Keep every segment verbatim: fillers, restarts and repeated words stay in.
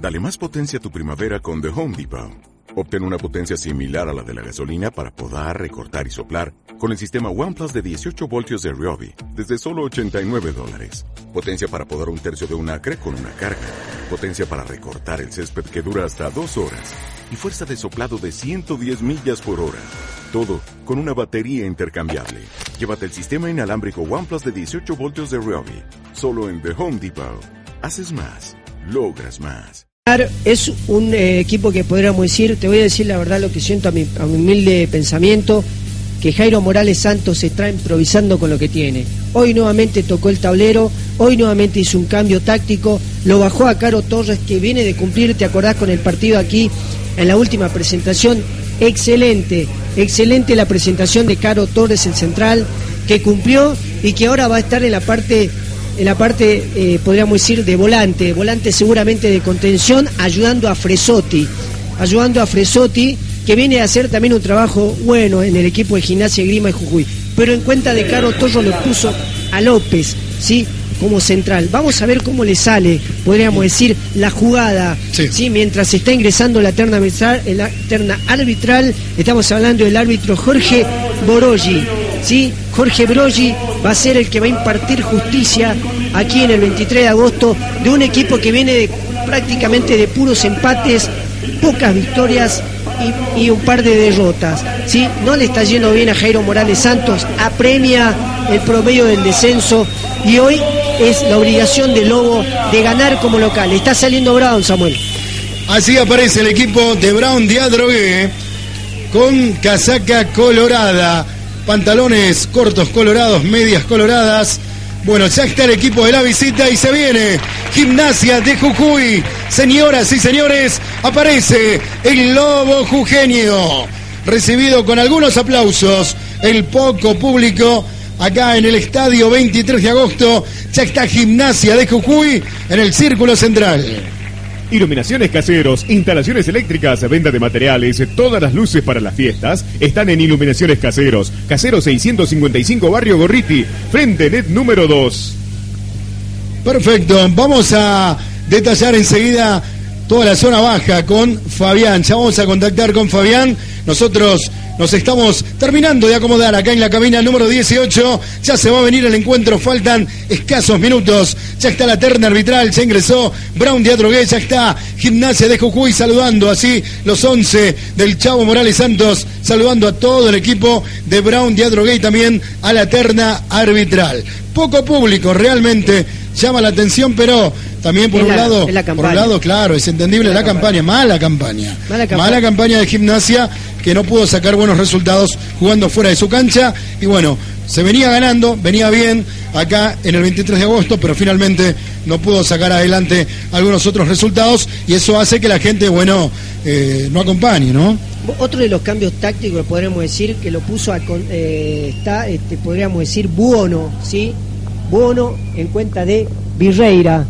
Dale más potencia a tu primavera con The Home Depot. Obtén una potencia similar a la de la gasolina para podar, recortar y soplar con el sistema OnePlus de dieciocho voltios de Ryobi desde solo ochenta y nueve dólares. Potencia para podar un tercio de un acre con una carga. Potencia para recortar el césped que dura hasta dos horas. Y fuerza de soplado de ciento diez millas por hora. Todo con una batería intercambiable. Llévate el sistema inalámbrico OnePlus de dieciocho voltios de Ryobi. Solo en The Home Depot. Haces más. Logras más. Es un eh, equipo que podríamos decir, te voy a decir la verdad lo que siento a mi, a mi humilde pensamiento, que Jairo Morales Santos se está improvisando con lo que tiene. Hoy nuevamente tocó el tablero, hoy nuevamente hizo un cambio táctico, lo bajó a Caro Torres, que viene de cumplir, ¿te acordás con el partido aquí en la última presentación? Excelente, excelente la presentación de Caro Torres, el central, que cumplió y que ahora va a estar en la parte... en la parte, eh, podríamos decir, de volante, volante seguramente de contención, ayudando a Fresotti, ayudando a Fresotti, que viene a hacer también un trabajo bueno en el equipo de Gimnasia Grima de Jujuy. Pero en cuenta de Caro Torres lo puso a López, ¿sí?, como central. Vamos a ver cómo le sale, podríamos decir, la jugada, sí, ¿sí? Mientras se está ingresando la terna arbitral, la terna arbitral, estamos hablando del árbitro Jorge Boroggi, ¿sí? Jorge Boroggi va a ser el que va a impartir justicia aquí en el veintitrés de agosto de un equipo que viene de, prácticamente de puros empates, pocas victorias y, y un par de derrotas, ¿sí? No le está yendo bien a Jairo Morales Santos, apremia el promedio del descenso y hoy es la obligación de Lobo de ganar como local. Está saliendo Brown, Samuel. Así aparece el equipo de Brown de Adrogué con casaca colorada, pantalones cortos colorados, medias coloradas. Bueno, ya está el equipo de la visita y se viene Gimnasia de Jujuy. Señoras y señores, aparece el Lobo jujeño, recibido con algunos aplausos el poco público acá en el estadio veintitrés de agosto. Ya está Gimnasia de Jujuy en el círculo central. Iluminaciones Caseros, instalaciones eléctricas, venta de materiales, todas las luces para las fiestas están en Iluminaciones Caseros. Casero seiscientos cincuenta y cinco, Barrio Gorriti, frente Net número dos. Perfecto, vamos a detallar enseguida toda la zona baja con Fabián. Ya vamos a contactar con Fabián. Nosotros nos estamos terminando de acomodar acá en la cabina número dieciocho. Ya se va a venir el encuentro, faltan escasos minutos. Ya está la terna arbitral, ya ingresó Brown de Adrogué, ya está Gimnasia de Jujuy saludando así los once del Chavo Morales Santos, saludando a todo el equipo de Brown de Adrogué y también a la terna arbitral. Poco público, realmente llama la atención, pero también por un la, lado, por un lado, claro, es entendible la, la campaña, campaña. Mala, campaña. Mala campaña, mala campaña de Gimnasia, que no pudo sacar buenos resultados jugando fuera de su cancha, y bueno, se venía ganando, venía bien acá en el veintitrés de agosto, pero finalmente no pudo sacar adelante algunos otros resultados, y eso hace que la gente, bueno, eh, no acompañe, ¿no? Otro de los cambios tácticos, podríamos decir, que lo puso a, eh, está, este, podríamos decir, Buono, ¿sí? Buono en cuenta de Virreira.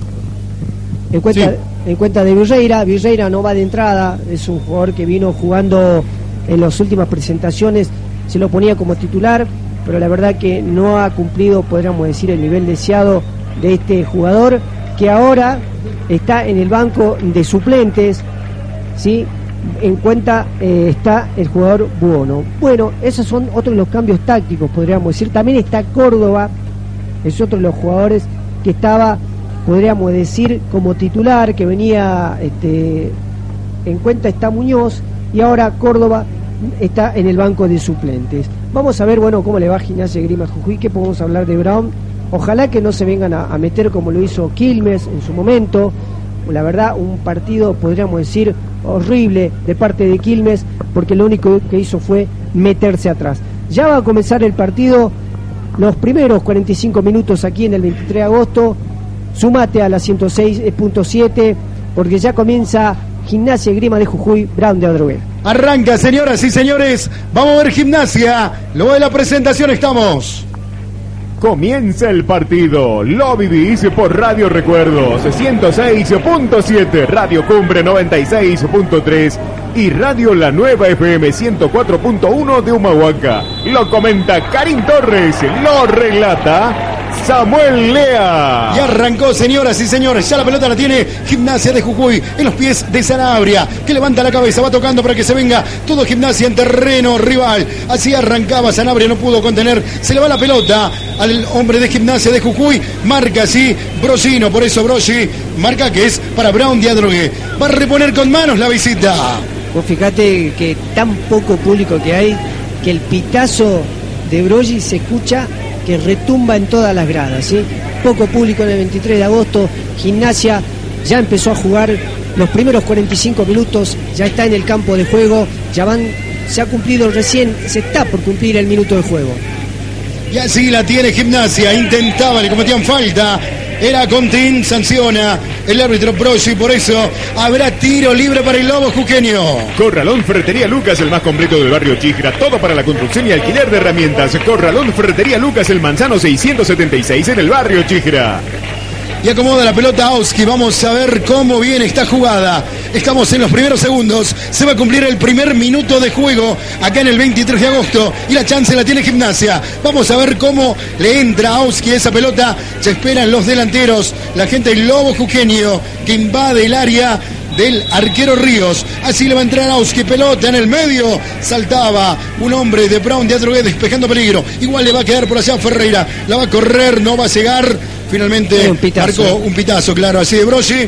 En cuenta, sí. en cuenta de Virreira, Virreira no va de entrada, es un jugador que vino jugando en las últimas presentaciones, se lo ponía como titular, pero la verdad que no ha cumplido, podríamos decir, el nivel deseado de este jugador, que ahora está en el banco de suplentes, ¿sí? En cuenta eh, está el jugador Buono. Bueno, esos son otros de los cambios tácticos, podríamos decir. También está Córdoba, es otro de los jugadores que estaba, podríamos decir, como titular, que venía, este, en cuenta está Muñoz, y ahora Córdoba está en el banco de suplentes. Vamos a ver, bueno, cómo le va a Gimnasia Grima Jujuy, que podemos hablar de Brown. Ojalá que no se vengan a, a meter como lo hizo Quilmes en su momento. La verdad, un partido, podríamos decir, horrible de parte de Quilmes, porque lo único que hizo fue meterse atrás. Ya va a comenzar el partido, los primeros cuarenta y cinco minutos aquí en el veintitrés de agosto. Sumate a la ciento seis punto siete, porque ya comienza Gimnasia Grima de Jujuy, Brown de Adrogué. Arranca, señoras y señores, vamos a ver Gimnasia. Luego de la presentación estamos. Comienza el partido, lo vivís por Radio Recuerdos ciento seis punto siete, Radio Cumbre noventa y seis punto tres y Radio La Nueva F M ciento cuatro punto uno de Humahuaca. Lo comenta Karim Torres, lo relata Samuel Lea. Y arrancó, señoras y señores, ya la pelota la tiene Gimnasia de Jujuy en los pies de Sanabria, que levanta la cabeza, va tocando para que se venga todo Gimnasia en terreno rival. Así arrancaba Sanabria, no pudo contener, se le va la pelota al hombre de Gimnasia de Jujuy, marca así Brosino, por eso Brosi marca que es para Brown Diadrogué. Va a reponer con manos la visita. Vos fíjate que tan poco público que hay, que el pitazo de Brogi se escucha que retumba en todas las gradas, ¿sí? Poco público en el veintitrés de agosto, Gimnasia ya empezó a jugar los primeros cuarenta y cinco minutos, ya está en el campo de juego, ya van, se ha cumplido recién, se está por cumplir el minuto de juego. Y así la tiene Gimnasia, intentaba, le cometían falta, era Contín, sanciona el árbitro Brosi, por eso habrá tiro libre para el Lobo jujeño. Corralón Ferretería Lucas, el más completo del barrio Chijra, todo para la construcción y alquiler de herramientas. Corralón Ferretería Lucas, el Manzano seiscientos setenta y seis en el barrio Chijra. Y acomoda la pelota Auski, vamos a ver cómo viene esta jugada. Estamos en los primeros segundos, se va a cumplir el primer minuto de juego acá en el veintitrés de agosto y la chance la tiene Gimnasia. Vamos a ver cómo le entra a Auski esa pelota, ya esperan los delanteros, la gente del Lobo jujeño que invade el área del arquero Ríos. Así le va a entrar Auski, pelota en el medio, saltaba un hombre de Brown de Adrogué despejando peligro, igual le va a quedar por allá Ferreira, la va a correr, no va a llegar. Finalmente un marcó un pitazo, claro, así de Brosi.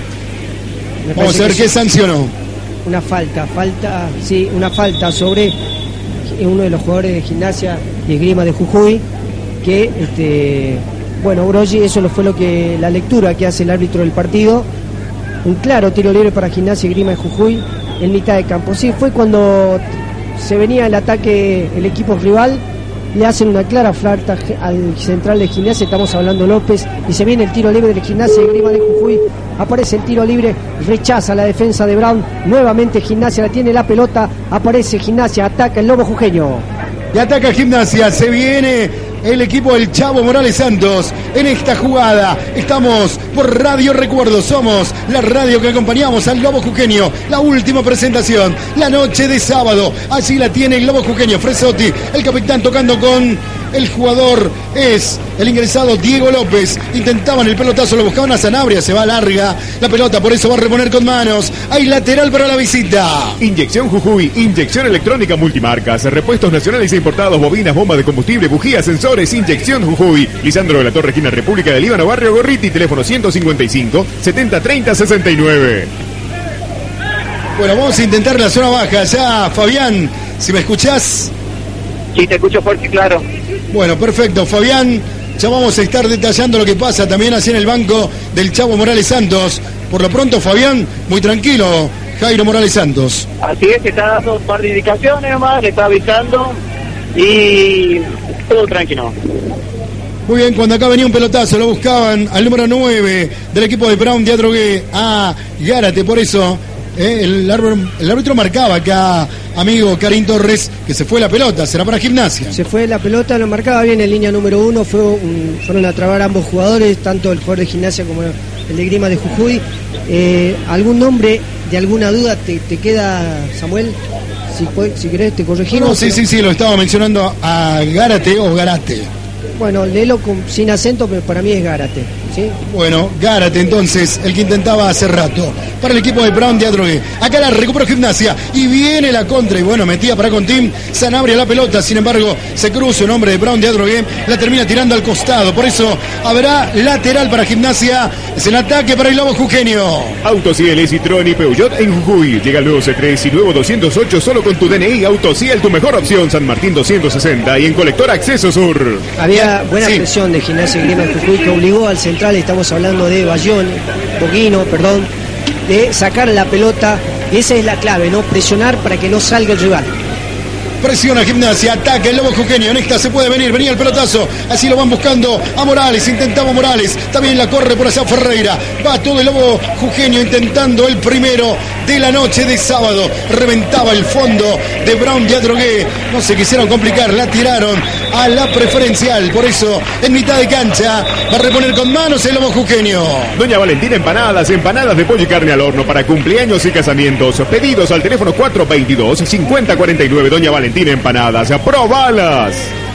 Vamos a ver qué sancionó. Una falta, falta, sí, una falta sobre uno de los jugadores de Gimnasia y Esgrima de Jujuy, que, este, bueno, Brosi, eso fue lo que la lectura que hace el árbitro del partido. Un claro tiro libre para Gimnasia y Esgrima de Jujuy en mitad de campo. Sí, fue cuando se venía el ataque el equipo rival. Le hacen una clara falta al central de Gimnasia, estamos hablando López, y se viene el tiro libre de Gimnasia y Esgrima de Jujuy. Aparece el tiro libre, rechaza la defensa de Brown, nuevamente Gimnasia la tiene la pelota, aparece Gimnasia, ataca el Lobo jujeño. Y ataca Gimnasia, se viene el equipo del Chavo Morales Santos en esta jugada. Estamos por Radio Recuerdo, somos la radio que acompañamos al Lobo jujeño. La última presentación, la noche de sábado, allí la tiene el Lobo jujeño. Fresotti, el capitán tocando con el jugador, es el ingresado Diego López. Intentaban el pelotazo, lo buscaban a Sanabria, se va larga la pelota, por eso va a reponer con manos. Hay lateral para la visita. Inyección Jujuy, inyección electrónica multimarcas, repuestos nacionales e importados, bobinas, bombas de combustible, bujías, sensores, Inyección Jujuy. Lisandro de la Torre, esquina República del Líbano, barrio Gorriti, teléfono ciento cincuenta y cinco, setenta treinta sesenta y nueve. Bueno, vamos a intentar la zona baja. Ya, Fabián, si me escuchás. Sí, te escucho fuerte y claro. Bueno, perfecto, Fabián. Ya vamos a estar detallando lo que pasa también así en el banco del Chavo Morales Santos. Por lo pronto, Fabián, muy tranquilo, Jairo Morales Santos. Así es, que está dando un par de indicaciones nomás, le está avisando y todo tranquilo. Muy bien, cuando acá venía un pelotazo, lo buscaban al número nueve del equipo de Brown de Adrogué, a Gárate, por eso eh, el, árbitro, el árbitro marcaba acá, amigo Karim Torres, que se fue la pelota, será para Gimnasia. Se fue la pelota, lo marcaba bien en línea número uno, fue un, fueron a trabar ambos jugadores, tanto el jugador de Gimnasia como el de Esgrima de Jujuy. Eh, ¿Algún nombre de alguna duda te, te queda, Samuel? Si, si querés te corregimos. No, sí, pero... sí, sí, lo estaba mencionando a Gárate o Garate. Bueno, léelo con, sin acento, pero para mí es Gárate, ¿sí? Bueno, Gárate entonces, el que intentaba hace rato. Para el equipo de Brown de Adrogué. Acá la recuperó Gimnasia y viene la contra. Y bueno, metía para Contín, Sanabria la pelota. Sin embargo, se cruza un hombre de Brown de Adrogué. La termina tirando al costado. Por eso habrá lateral para Gimnasia. Es el ataque para el Lobo jujeño. Autociel, Citroën y Peugeot en Jujuy. Llega el nuevo C tres y nuevo doscientos ocho solo con tu D N I. Autociel, tu mejor opción. San Martín doscientos sesenta y en Colector Acceso Sur. Había buena sí. presión de Gimnasia y Esgrima de Jujuy que obligó al central, estamos hablando de Bayón, Boguino, perdón, de sacar la pelota. Esa es la clave, ¿no? Presionar para que no salga el rival. Presiona Gimnasia, ataca el Lobo jujeño. En esta se puede venir, venía el pelotazo. Así lo van buscando a Morales, intentaba Morales. También la corre por allá Ferreira. Va todo el Lobo jujeño intentando el primero de la noche de sábado. Reventaba el fondo de Brown de Adrogué. No se quisieron complicar, la tiraron a la preferencial. Por eso, en mitad de cancha, va a reponer con manos el Lobo jujeño. Doña Valentina Empanadas, empanadas de pollo y carne al horno para cumpleaños y casamientos. Pedidos al teléfono cuatro veintidós, cincuenta cuarenta y nueve. Doña Valentina Empanadas, ¡probalas!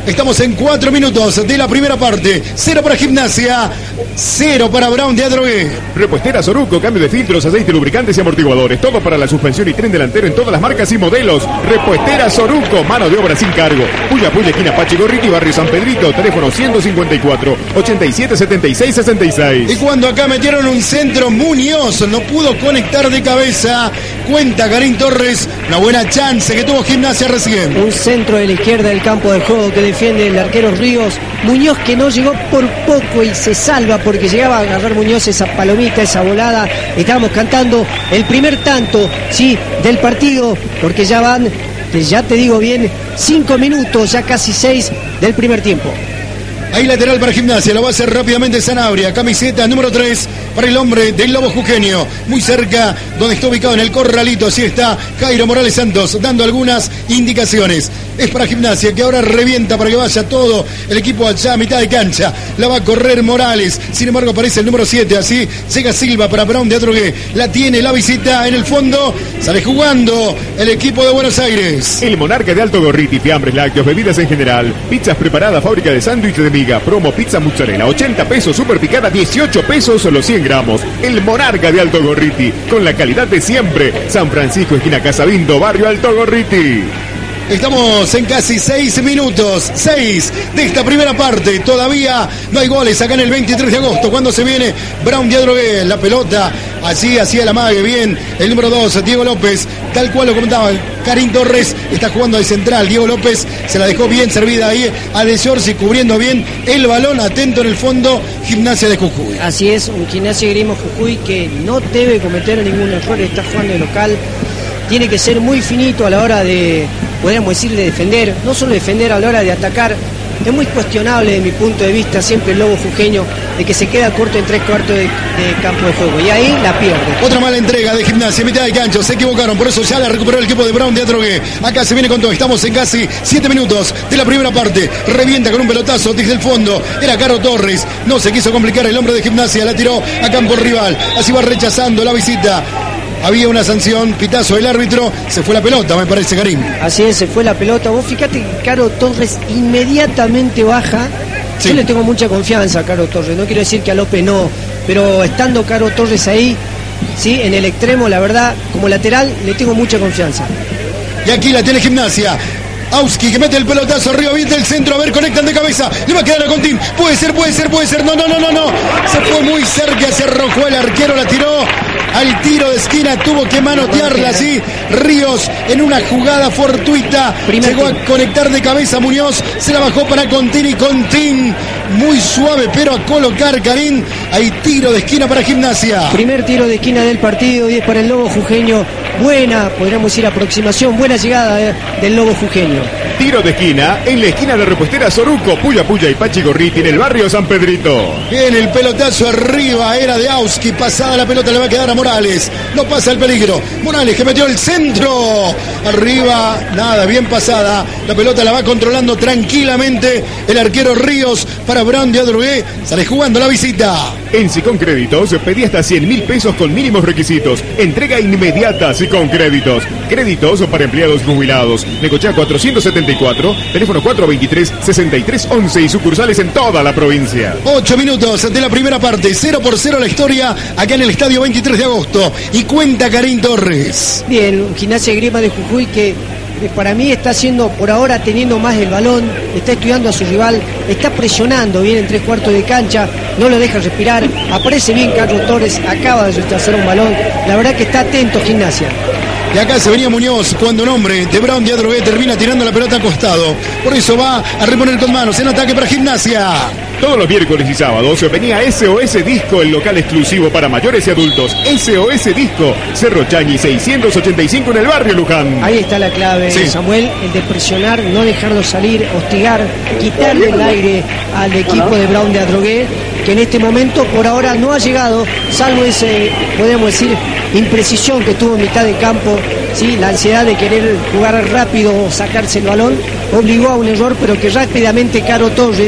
Estamos en cuatro minutos de la primera parte. Cero para Gimnasia, cero para Brown de Adrogué. Repuestera Soruco, cambio de filtros, aceite, lubricantes y amortiguadores. Todo para la suspensión y tren delantero en todas las marcas y modelos. Repuestera Soruco, mano de obra sin cargo. Puya Puya, esquina Pachi Gorriti, barrio San Pedrito. Teléfono ciento cincuenta y cuatro, ochenta y siete, setenta y seis, sesenta y seis. Y cuando acá metieron un centro, Muñoz no pudo conectar de cabeza. Cuenta Karim Torres, una buena chance que tuvo Gimnasia recién. Un centro de la izquierda del campo de juego que defiende el arquero Ríos. Muñoz, que no llegó por poco y se salva porque llegaba a agarrar Muñoz esa palomita, esa volada. Estábamos cantando el primer tanto, sí, del partido, porque ya van, ya te digo bien, cinco minutos, ya casi seis del primer tiempo. Ahí lateral para Gimnasia, lo va a hacer rápidamente Sanabria, camiseta número tres para el hombre del Lobo Jujeño, muy cerca donde está ubicado en el corralito, así está Jairo Morales Santos, dando algunas indicaciones. Es para Gimnasia, que ahora revienta para que vaya todo el equipo allá a mitad de cancha, la va a correr Morales, sin embargo aparece el número siete, así llega Silva para Brown de Adrogué, la tiene la visita en el fondo, sale jugando el equipo de Buenos Aires. El Monarca de Alto Gorriti, fiambres, lácteos, bebidas en general, pizzas preparadas, fábrica de sándwich de miga, promo pizza mozzarella, ochenta pesos, super picada, dieciocho pesos los cien gramos. El Monarca de Alto Gorriti, con la calidad de siempre. San Francisco, esquina Casabindo, barrio Alto Gorriti. Estamos en casi seis minutos, seis de esta primera parte. Todavía no hay goles acá en el veintitrés de agosto, cuando se viene Brown de Adrogué. La pelota, allí hacía la mague bien. El número dos, Diego López, tal cual lo comentaba Karim Torres, está jugando de central. Diego López se la dejó bien servida ahí a De Giorgi, cubriendo bien el balón. Atento en el fondo, Gimnasia de Jujuy. Así es, un Gimnasia de Grima Jujuy que no debe cometer ningún error, está jugando de local. Tiene que ser muy finito a la hora de, podríamos decir, de defender, no solo defender, a la hora de atacar. Es muy cuestionable desde mi punto de vista siempre el Lobo Jujeño, de que se queda corto en tres cuartos de, de campo de juego, y ahí la pierde. Otra mala entrega de Gimnasia, mitad de cancha, se equivocaron, por eso ya la recuperó el equipo de Brown de Adrogué. Acá se viene con todo, estamos en casi siete minutos de la primera parte. Revienta con un pelotazo desde el fondo, era Caro Torres, no se quiso complicar el hombre de Gimnasia, la tiró a campo rival, así va rechazando la visita. Había una sanción, pitazo del árbitro, se fue la pelota, me parece, Karim. Así es, se fue la pelota. Vos fíjate que Caro Torres inmediatamente baja. Sí. Yo le tengo mucha confianza a Caro Torres, no quiero decir que a López no, pero estando Caro Torres ahí, sí, en el extremo, la verdad, como lateral, le tengo mucha confianza. Y aquí la tiene Gimnasia. Auski, que mete el pelotazo arriba, viene el centro, a ver, conectan de cabeza, le va a quedar a Contín, puede ser, puede ser, puede ser, no, no, no, no, no, se fue muy cerca, se arrojó el arquero, la tiró al tiro de esquina, tuvo que manotearla así, Ríos en una jugada fortuita, Primer llegó team. a conectar de cabeza Muñoz, se la bajó para Contín y Contín, muy suave, pero a colocar Karim, hay tiro de esquina para Gimnasia. Primer tiro de esquina del partido y es para el Lobo Jujeño, buena, podríamos decir aproximación, buena llegada eh, del Lobo Jujeño. Tiro de esquina en la esquina de Repuestera Soruco, Puya Puya y Pachi Gorriti en el barrio San Pedrito. Bien, el pelotazo arriba era de Auski, pasada la pelota le va a quedar a Morales, no pasa el peligro, Morales que metió el centro, arriba, nada, bien pasada, la pelota la va controlando tranquilamente el arquero Ríos para Brown de Adrogué, sale jugando la visita. En Sicón Créditos pedí hasta cien mil pesos con mínimos requisitos, entrega inmediata Sicón Créditos, créditos para empleados jubilados, Necochea cuatrocientos setenta y cuatro, teléfono cuatro veintitrés, sesenta y tres once y sucursales en toda la provincia. Ocho minutos de la primera parte, cero por cero la historia acá en el estadio veintitrés de agosto y cuenta Karim Torres. Bien, Gimnasia Grima de Jujuy que para mí está haciendo por ahora teniendo más el balón, está estudiando a su rival, está presionando bien en tres cuartos de cancha, no lo deja respirar, aparece bien Carlos Torres, acaba de rechazar un balón, la verdad que está atento Gimnasia. Y acá se venía Muñoz cuando un hombre de Brown de Adrogué termina tirando la pelota al costado. Por eso va a reponer con manos en ataque para Gimnasia. Todos los miércoles y sábados venía S O S Disco, el local exclusivo para mayores y adultos. S O S Disco, Cerro Chañi seiscientos ochenta y cinco en el barrio Luján. Ahí está la clave, sí. Samuel, el de presionar, no dejarlo salir, hostigar, quitarle el aire al equipo de Brown de Adrogué, que en este momento por ahora no ha llegado, salvo ese, podemos decir, imprecisión que tuvo en mitad de campo, ¿sí? La ansiedad de querer jugar rápido o sacarse el balón obligó a un error, pero que rápidamente Caro Torres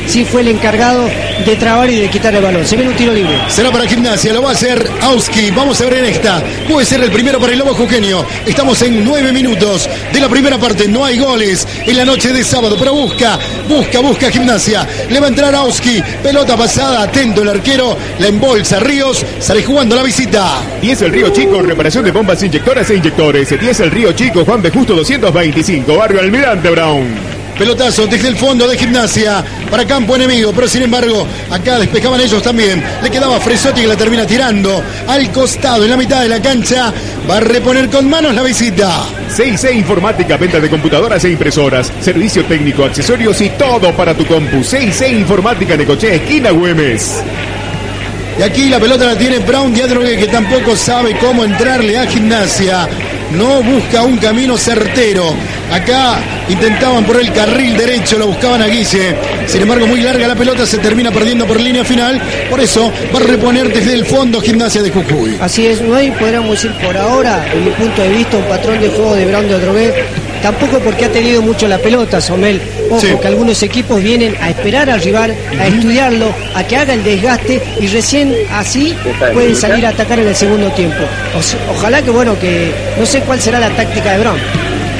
sí fue el encargado de trabar y de quitar el balón. Se viene un tiro libre. Será para Gimnasia, lo va a hacer Auski. Vamos a ver en esta. Puede ser el primero para el Lobo Jujeño. Estamos en nueve minutos de la primera parte. No hay goles en la noche de sábado, pero busca, busca, busca Gimnasia. Le va a entrar Auski. Pelota pasada, atento el arquero. La embolsa Ríos. Sale jugando la visita. diez el Río Chico, reparación de bombas inyectoras e inyectores. diez el Río Chico, Juan de Justo doscientos veinticinco, Barrio Almirante Brown. Pelotazo desde el fondo de Gimnasia para campo enemigo, pero sin embargo acá despejaban ellos también. Le quedaba Fresotti que la termina tirando al costado en la mitad de la cancha. Va a reponer con manos la visita. seis C Informática, venta de computadoras e impresoras, servicio técnico, accesorios y todo para tu compu. seis C Informática, Necochea, esquina Güemes. Y aquí la pelota la tiene Brown Diadrogue, que tampoco sabe cómo entrarle a Gimnasia. No busca un camino certero. Acá intentaban por el carril derecho, lo buscaban a Guille. Sin embargo, muy larga la pelota, se termina perdiendo por línea final. Por eso va a reponer desde el fondo Gimnasia de Jujuy. Así es, no hay, podríamos decir por ahora, en mi punto de vista, un patrón de juego de Brown Diadrogue. Tampoco porque ha tenido mucho la pelota, Somel. Ojo, sí, que algunos equipos vienen a esperar al rival, a estudiarlo, a que haga el desgaste y recién así pueden salir a atacar en el segundo tiempo. O, ojalá que, bueno, que no sé cuál será la táctica de Brown.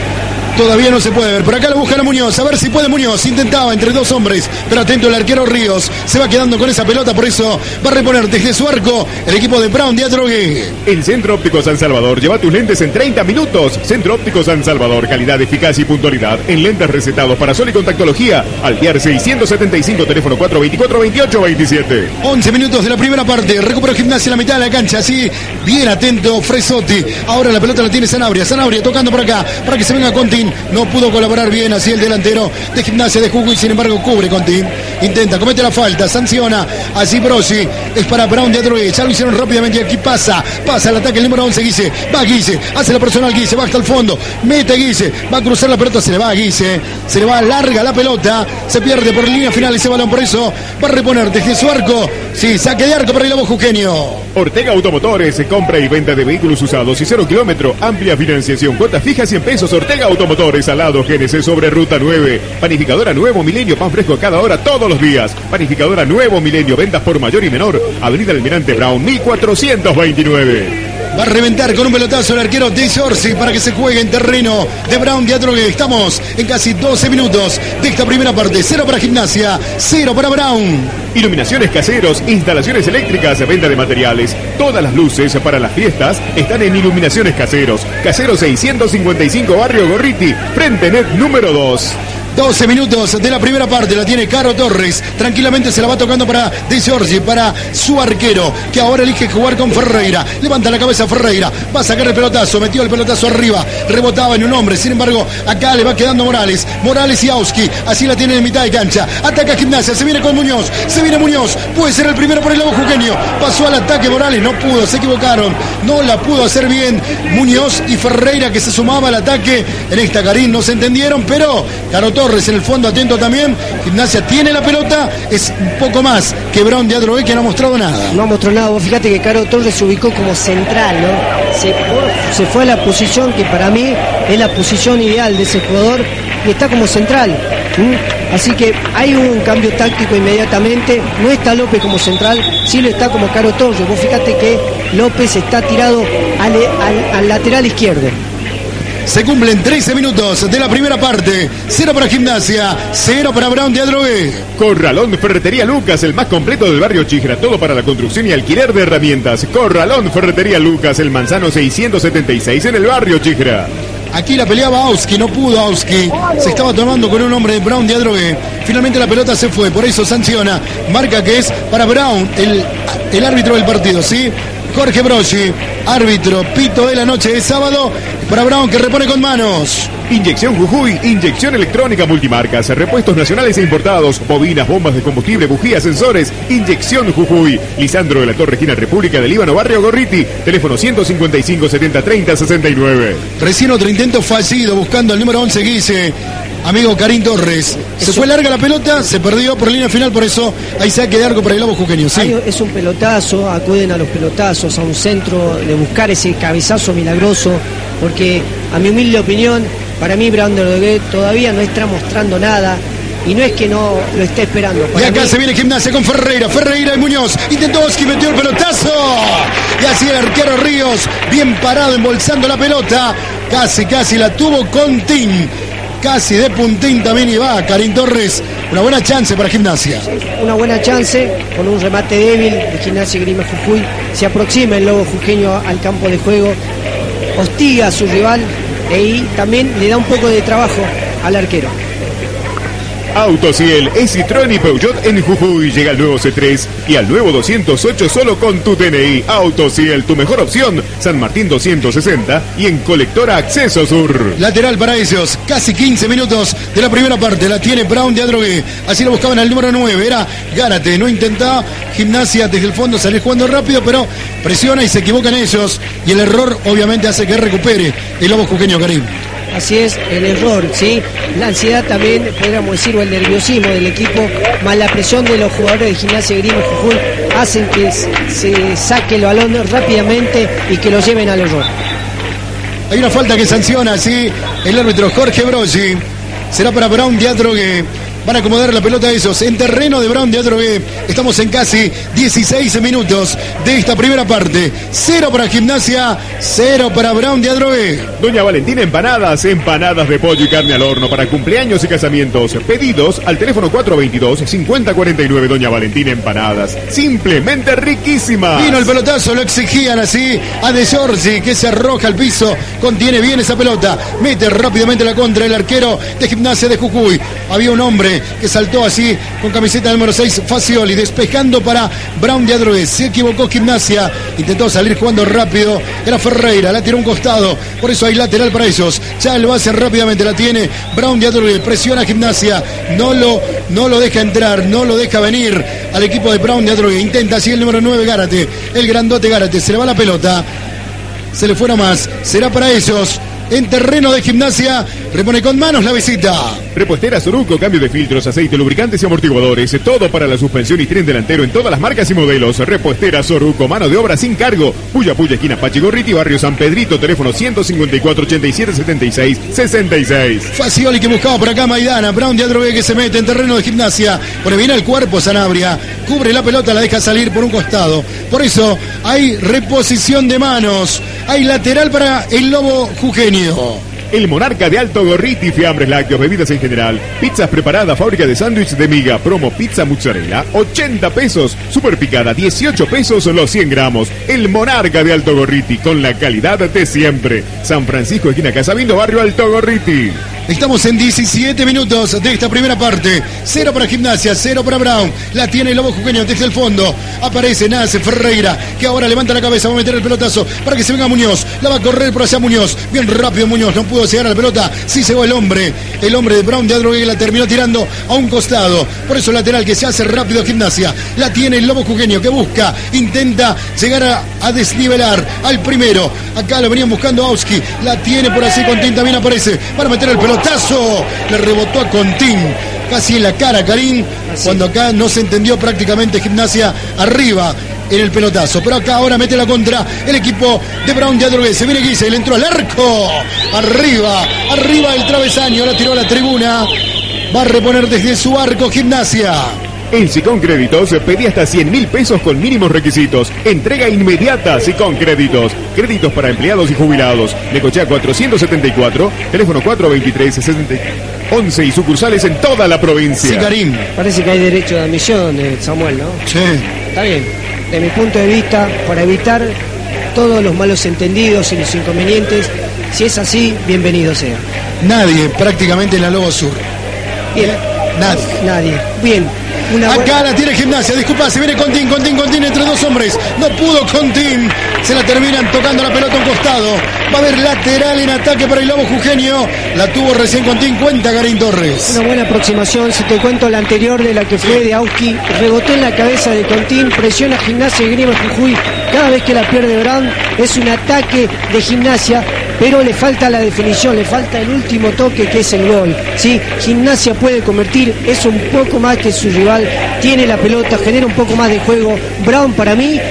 Todavía no se puede ver. Por acá lo busca la Muñoz. A ver si puede Muñoz. Intentaba entre dos hombres. Pero atento el arquero Ríos. Se va quedando con esa pelota. Por eso va a reponer desde su arco el equipo de Brown Diadrogue. En Centro Óptico San Salvador. Lleva tus lentes en treinta minutos. Centro Óptico San Salvador. Calidad, eficacia y puntualidad. En lentes recetados para sol y contactología. Alvear seiscientos setenta y cinco. Teléfono cuatro veinticuatro veintiocho veintisiete. once minutos de la primera parte. Recupera Gimnasia en la mitad de la cancha. Así, bien atento Fresotti. Ahora la pelota la tiene Sanabria. Sanabria tocando por acá. Para que se venga Contín. No pudo colaborar bien así el delantero de Gimnasia de Jujuy, sin embargo cubre Contín. Intenta, comete la falta, sanciona así Brosi. Es para Brown Diadrogue. Ya lo hicieron rápidamente y aquí pasa. Pasa el ataque el número once Guille. Va Guille, hace la personal Guille, va hasta el fondo. Mete Guille, va a cruzar la pelota, se le va a Guille. Se le va larga la pelota. Se pierde por línea final ese balón, por eso va a reponer desde su arco. Sí, saque de arco para el Lobo Jujeño. Ortega Automotores, compra y venta de vehículos usados y cero kilómetro. Amplia financiación, cuotas fijas cien pesos. Ortega Automotores, al lado G N C sobre Ruta nueve. Panificadora Nuevo Milenio, pan fresco a cada hora, todos los días. Panificadora Nuevo Milenio, ventas por mayor y menor. Avenida Almirante Brown, mil cuatrocientos veintinueve. Va a reventar con un pelotazo el arquero de Orsi para que se juegue en terreno de Brown Diadrogue. Estamos en casi doce minutos de esta primera parte. Cero para Gimnasia, cero para Brown. Iluminaciones Caseros, instalaciones eléctricas, venta de materiales. Todas las luces para las fiestas están en Iluminaciones Caseros. Caseros seiscientos cincuenta y cinco, Barrio Gorriti, Frente Net número dos. doce minutos de la primera parte, la tiene Caro Torres. Tranquilamente se la va tocando para De Giorgi, para su arquero, que ahora elige jugar con Ferreira. Levanta la cabeza Ferreira, va a sacar el pelotazo, metió el pelotazo arriba, rebotaba en un hombre. Sin embargo, acá le va quedando Morales. Morales y Auski, así la tiene en mitad de cancha. Ataca Gimnasia, se viene con Muñoz, se viene Muñoz, puede ser el primero por el Lobo Jujeño. Pasó al ataque Morales, no pudo, se equivocaron. No la pudo hacer bien Muñoz y Ferreira, que se sumaba al ataque. En esta Karim no se entendieron, pero Caro Torres en el fondo atento también. Gimnasia tiene la pelota, es un poco más que Brown Diadrogue, que no ha mostrado nada. No ha mostrado nada. Vos fíjate que Caro Torres se ubicó como central, ¿no? Se, se fue a la posición que para mí es la posición ideal de ese jugador y está como central. ¿Mm? Así que hay un cambio táctico inmediatamente. No está López como central, sí lo está como Caro Torres. Vos fíjate que López está tirado al, al, al lateral izquierdo. Se cumplen trece minutos de la primera parte. Cero para Gimnasia, cero para Brown Diadrogue. Corralón Ferretería Lucas, el más completo del barrio Chijra. Todo para la construcción y alquiler de herramientas. Corralón Ferretería Lucas, el Manzano seiscientos setenta y seis en el barrio Chijra. Aquí la peleaba Auski, no pudo Auski. Se estaba tomando con un hombre de Brown Diadrogue. Finalmente la pelota se fue, por eso sanciona. Marca que es para Brown, el, el árbitro del partido, ¿sí? Jorge Broschi, árbitro, pito de la noche de sábado, para Brown, que repone con manos. Inyección Jujuy, inyección electrónica multimarcas, repuestos nacionales e importados, bobinas, bombas de combustible, bujías, sensores. Inyección Jujuy. Lisandro de la Torre, esquina República del Líbano, barrio Gorriti. Teléfono ciento cincuenta y cinco, setenta, treinta, sesenta y nueve. Recién otro intento fallido buscando al número once Guise. Amigo Karim Torres, se fue larga la pelota, se perdió por línea final, por eso hay saque de arco para el Lobo Jujeño. ¿Sí? Es un pelotazo, acuden a los pelotazos, a un centro de buscar ese cabezazo milagroso, porque a mi humilde opinión, para mí Brown Diadrogue todavía no está mostrando nada. y no es que no lo esté esperando. Y Para acá mí, se viene Gimnasia con Ferreira, Ferreira y Muñoz. Intentó Oski, metió el pelotazo. Y así el arquero Ríos, bien parado, embolsando la pelota. Casi, casi la tuvo Contín. Casi de puntín también iba Karim Torres. Una buena chance para Gimnasia. una buena chance con un remate débil de Gimnasia Grima Jujuy. Se aproxima el lobo jujeño al campo de juego, hostiga a su rival y también le da un poco de trabajo al arquero. Autociel es Citroën y Peugeot en Jujuy. Llega el nuevo C tres y al nuevo doscientos ocho solo con tu D N I. Autociel, tu mejor opción. San Martín doscientos sesenta y en Colectora Acceso Sur. Lateral para ellos, casi quince minutos de la primera parte. La tiene Brown de Adrogué. Así lo buscaban al número nueve. Era Gárate. No intentaba Gimnasia desde el fondo salir jugando rápido, pero presiona y se equivocan ellos. Y el error obviamente hace que recupere el lobo jujeño, Karim. Así es, el error, ¿sí? La ansiedad también, podríamos decir, o el nerviosismo del equipo, más la presión de los jugadores de Gimnasia Grima Jujuy, hacen que se saque el balón rápidamente y que lo lleven al error. Hay una falta que sanciona, sí, el árbitro Jorge Broggi. Será para Brown de Adrogué. Van a acomodar la pelota a esos en terreno de Brown de Adrogué. Estamos en casi dieciséis minutos de esta primera parte. Cero para Gimnasia, cero para Brown de Adrogué. Doña Valentina Empanadas, empanadas de pollo y carne al horno para cumpleaños y casamientos. Pedidos al teléfono cuatro veintidós, cincuenta cuarenta y nueve. Doña Valentina Empanadas, simplemente riquísima. Vino el pelotazo, lo exigían así a De Giorgi, que se arroja al piso, contiene bien esa pelota, mete rápidamente la contra el arquero de Gimnasia de Jujuy. Había un hombre que saltó así con camiseta número seis, Facioli, despejando para Brown de Adrogué. Se equivocó Gimnasia, intentó salir jugando rápido, era Ferreira, la tiró a un costado, por eso hay lateral para ellos. Ya lo hacen rápidamente, la tiene Brown de Adrogué, presiona a Gimnasia, no lo, no lo deja entrar, no lo deja venir al equipo de Brown de Adrogué. Intenta así el número nueve, Gárate, el grandote Gárate, se le va la pelota, se le fuera más, será para ellos. En terreno de Gimnasia, repone con manos la visita. Repostera Soruco, cambio de filtros, aceite, lubricantes y amortiguadores. Todo para la suspensión y tren delantero en todas las marcas y modelos. Repostera Soruco, mano de obra sin cargo. Puya Puya, esquina Pachigorriti, barrio San Pedrito, teléfono ciento cincuenta y cuatro, ochenta y siete, setenta y seis, sesenta y seis. Facioli que buscaba por acá Maidana. Brown de Adrogué que se mete en terreno de Gimnasia. Pone bien el cuerpo Sanabria. Cubre la pelota, la deja salir por un costado. Por eso hay reposición de manos. Hay lateral para el lobo jujeño. El Monarca de Alto Gorriti, fiambres lácteos, bebidas en general, pizzas preparadas, fábrica de sándwich de miga, promo pizza mozzarella, ochenta pesos, super picada, dieciocho pesos los cien gramos. El Monarca de Alto Gorriti, con la calidad de siempre. San Francisco, esquina Casabindo, barrio Alto Gorriti. Estamos en diecisiete minutos de esta primera parte. Cero para Gimnasia, cero para Brown. La tiene el lobo jujeño desde el fondo. Aparece, nace Ferreira, que ahora levanta la cabeza, va a meter el pelotazo para que se venga Muñoz. La va a correr por hacia Muñoz. Bien rápido Muñoz, no pudo llegar a la pelota. Sí se va el hombre. El hombre de Brown de Adrogué que la terminó tirando a un costado. Por eso lateral que se hace rápido Gimnasia. La tiene el lobo jujeño que busca, intenta llegar a, a desnivelar al primero. Acá lo venían buscando a Auski. La tiene por así, Contín también aparece para meter el pelotazo. Le rebotó a Contín casi en la cara, Karim, cuando acá no se entendió prácticamente Gimnasia arriba en el pelotazo. Pero acá ahora mete la contra el equipo de Brown de Adrogué. Se viene Guise, le entró al arco. Arriba, arriba del travesaño, la tiró a la tribuna. Va a reponer desde su arco Gimnasia. En Sicón Créditos pedí hasta cien mil pesos con mínimos requisitos. Entrega inmediata Sicón Créditos. Créditos para empleados y jubilados. Necochea cuatrocientos setenta y cuatro, teléfono cuatro veintitrés, sesenta, once y sucursales en toda la provincia. Sí, Karim. Parece que hay derecho de admisión, eh, Samuel, ¿no? Sí. Está bien. De mi punto de vista, para evitar todos los malos entendidos y los inconvenientes, si es así, bienvenido sea. Nadie prácticamente en la Lobo Sur. Bien. Nadie. Nadie. Bien. Una Acá buena... la tiene Gimnasia, disculpa, se viene Contín, Contín, Contín entre dos hombres. No pudo Contín, se la terminan tocando la pelota a un costado. Va a haber lateral en ataque para el lobo jujeño. La tuvo recién Contín, cuenta Karim Torres. Una buena aproximación, si te cuento la anterior de la que fue de Auski, rebotó en la cabeza de Contín, presiona Gimnasia y Grima Jujuy. Cada vez que la pierde Brown es un ataque de Gimnasia, pero le falta la definición, le falta el último toque que es el gol. ¿Sí? Gimnasia puede convertir, es un poco más que su rival, tiene la pelota, genera un poco más de juego. Brown para mí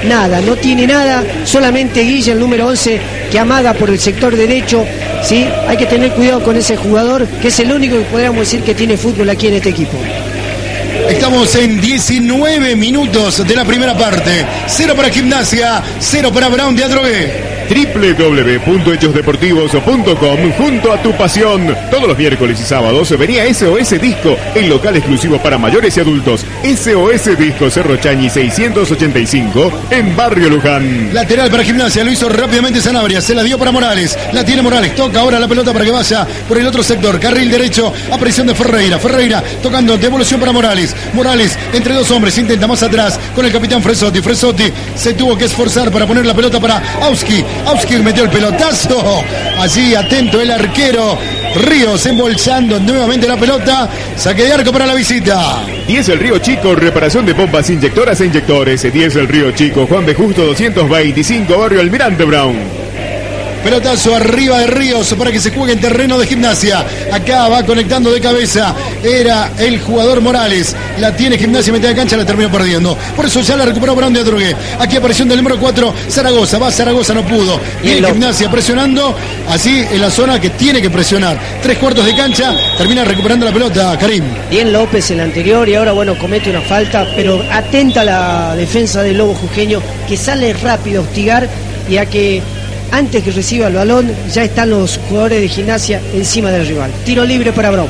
nada, no tiene nada, solamente Guille, el número once, que amaga por el sector derecho, ¿sí? Hay que tener cuidado con ese jugador, que es el único que podríamos decir que tiene fútbol aquí en este equipo. Estamos en diecinueve minutos de la primera parte. Cero para Gimnasia, cero para Brown de Adrogué. doble u doble u doble u punto hechos deportivos punto com, junto a tu pasión. Todos los miércoles y sábados venía S O S Disco, el local exclusivo para mayores y adultos. S O S Disco, Cerro Chañi seiscientos ochenta y cinco, en Barrio Luján. Lateral para Gimnasia, lo hizo rápidamente Sanabria, se la dio para Morales, la tiene Morales, toca ahora la pelota para que vaya por el otro sector, carril derecho, aparición de Ferreira, Ferreira tocando, devolución para Morales, Morales entre dos hombres, intenta más atrás con el capitán Fresotti, Fresotti se tuvo que esforzar para poner la pelota para Auski, Auski metió el pelotazo, allí atento el arquero Ríos, embolsando nuevamente la pelota, saque de arco para la visita. diez el Río Chico, reparación de bombas inyectoras e inyectores. diez el Río Chico, Juan de Justo doscientos veinticinco, Barrio Almirante Brown. Pelotazo arriba de Ríos para que se juegue en terreno de Gimnasia. Acá va conectando de cabeza. Era el jugador Morales. La tiene Gimnasia, mete de cancha, la terminó perdiendo. Por eso ya la recuperó Brown de Adrogué. Aquí aparición del número cuatro, Zaragoza. Va Zaragoza, no pudo. Viene Gimnasia presionando. Así en la zona que tiene que presionar. Tres cuartos de cancha. Termina recuperando la pelota, Karim. Bien López el anterior y ahora, bueno, comete una falta. Pero atenta la defensa del Lobo Jujeño, que sale rápido a hostigar y a que antes que reciba el balón, ya están los jugadores de Gimnasia encima del rival. Tiro libre para Brown.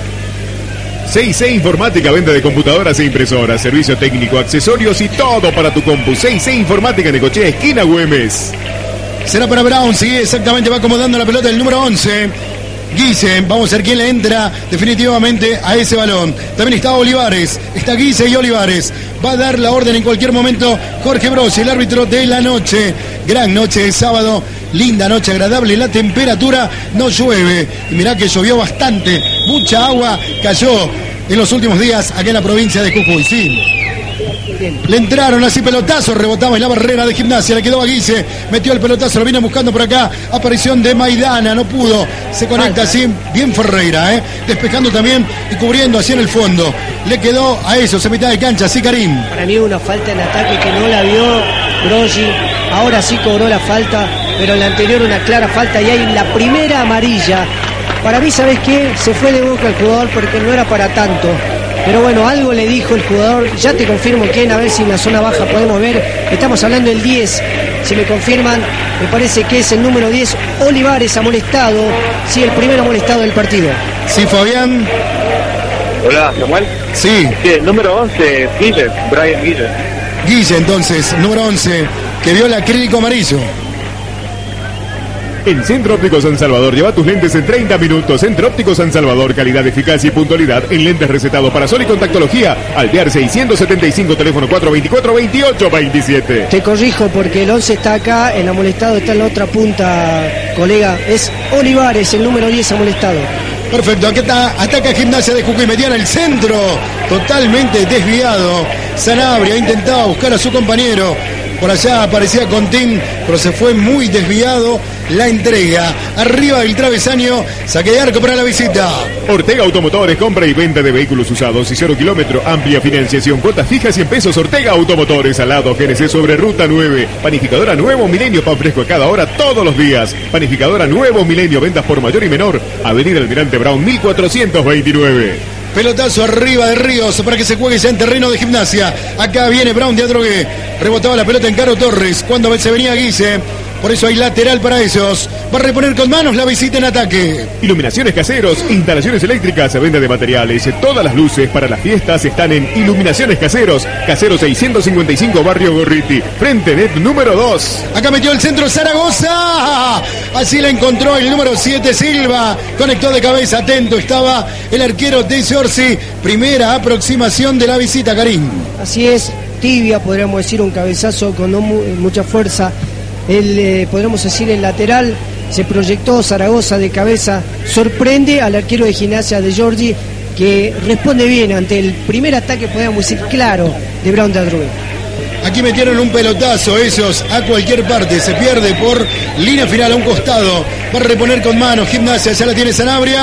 seis C Informática, venta de computadoras e impresoras, servicio técnico, accesorios y todo para tu compu. seis C Informática, Necochea, esquina Güemes. Será para Brown, sí, exactamente, va acomodando la pelota el número once. Guille, vamos a ver quién le entra definitivamente a ese balón. También está Olivares, está Guille y Olivares. Va a dar la orden en cualquier momento Jorge Brosi, el árbitro de la noche. Gran noche de sábado, linda noche, agradable. La temperatura no llueve. Y mirá que llovió bastante, mucha agua cayó en los últimos días aquí en la provincia de Jujuy. Sí. Le entraron así pelotazos, rebotaba en la barrera de Gimnasia, le quedó a Guille, metió el pelotazo, lo viene buscando por acá, aparición de Maidana, no pudo, se conecta así, bien Ferreira, ¿eh? Despejando también y cubriendo así en el fondo, le quedó a eso, se mitad de cancha, así Karim. Para mí una falta en ataque que no la vio Grossi, ahora sí cobró la falta, pero en la anterior una clara falta y hay la primera amarilla. Para mí, ¿sabes qué? Se fue de boca el jugador porque no era para tanto. Pero bueno, algo le dijo el jugador. Ya te confirmo que a ver si en la zona baja podemos ver. Estamos hablando del diez. Si me confirman, me parece que es el número diez. Olivares amonestado. Sí, el primero amonestado del partido. Sí, Fabián. Hola, Samuel. Sí. Sí, el número once, Guille, Brian Guille. Guille, entonces, número once, que vio el acrílico amarillo. En Centro Óptico San Salvador, lleva tus lentes en treinta minutos. Centro Óptico San Salvador, calidad, eficacia y puntualidad en lentes recetados para sol y contactología. Alvear seiscientos setenta y cinco, teléfono cuatro veinticuatro, veintiocho veintisiete. Te corrijo porque el once está acá, el amonestado está en la otra punta, colega. Es Olivares, el número diez amonestado. Perfecto, aquí está, ataca Gimnasia de Jujuy, metía en el centro, totalmente desviado. Sanabria intentaba buscar a su compañero. Por allá aparecía Contín, pero se fue muy desviado. La entrega arriba del travesaño, saque de arco para la visita. Ortega Automotores, compra y venta de vehículos usados y cero kilómetro, amplia financiación, cuotas fijas cien pesos. Ortega Automotores, al lado G N C sobre Ruta nueve. Panificadora Nuevo Milenio, pan fresco a cada hora, todos los días. Panificadora Nuevo Milenio, ventas por mayor y menor. Avenida Almirante Brown, mil cuatrocientos veintinueve. Pelotazo arriba de Ríos para que se juegue ya en terreno de Gimnasia. Acá viene Brown de Adrogué. Rebotaba la pelota en Caro Torres cuando se venía Guille. Por eso hay lateral para ellos. Va a reponer con manos la visita en ataque. Iluminaciones Caseros, instalaciones eléctricas, venta de materiales. Todas las luces para las fiestas están en Iluminaciones Caseros. Casero seiscientos cincuenta y cinco, Barrio Gorriti. Frente net número dos. Acá metió el centro Zaragoza. Así la encontró el número siete, Silva. Conectó de cabeza, atento estaba el arquero de Giorgi. Primera aproximación de la visita, Karim. Así es, tibia, podríamos decir, un cabezazo con no mu- mucha fuerza. El, eh, podríamos decir, el lateral se proyectó, Zaragoza de cabeza, sorprende al arquero de Gimnasia de Giorgi, que responde bien ante el primer ataque, podríamos decir, claro, de Brown de Adrogué. Aquí metieron un pelotazo ellos a cualquier parte, se pierde por línea final a un costado, va a reponer con manos Gimnasia, ya la tiene Sanabria,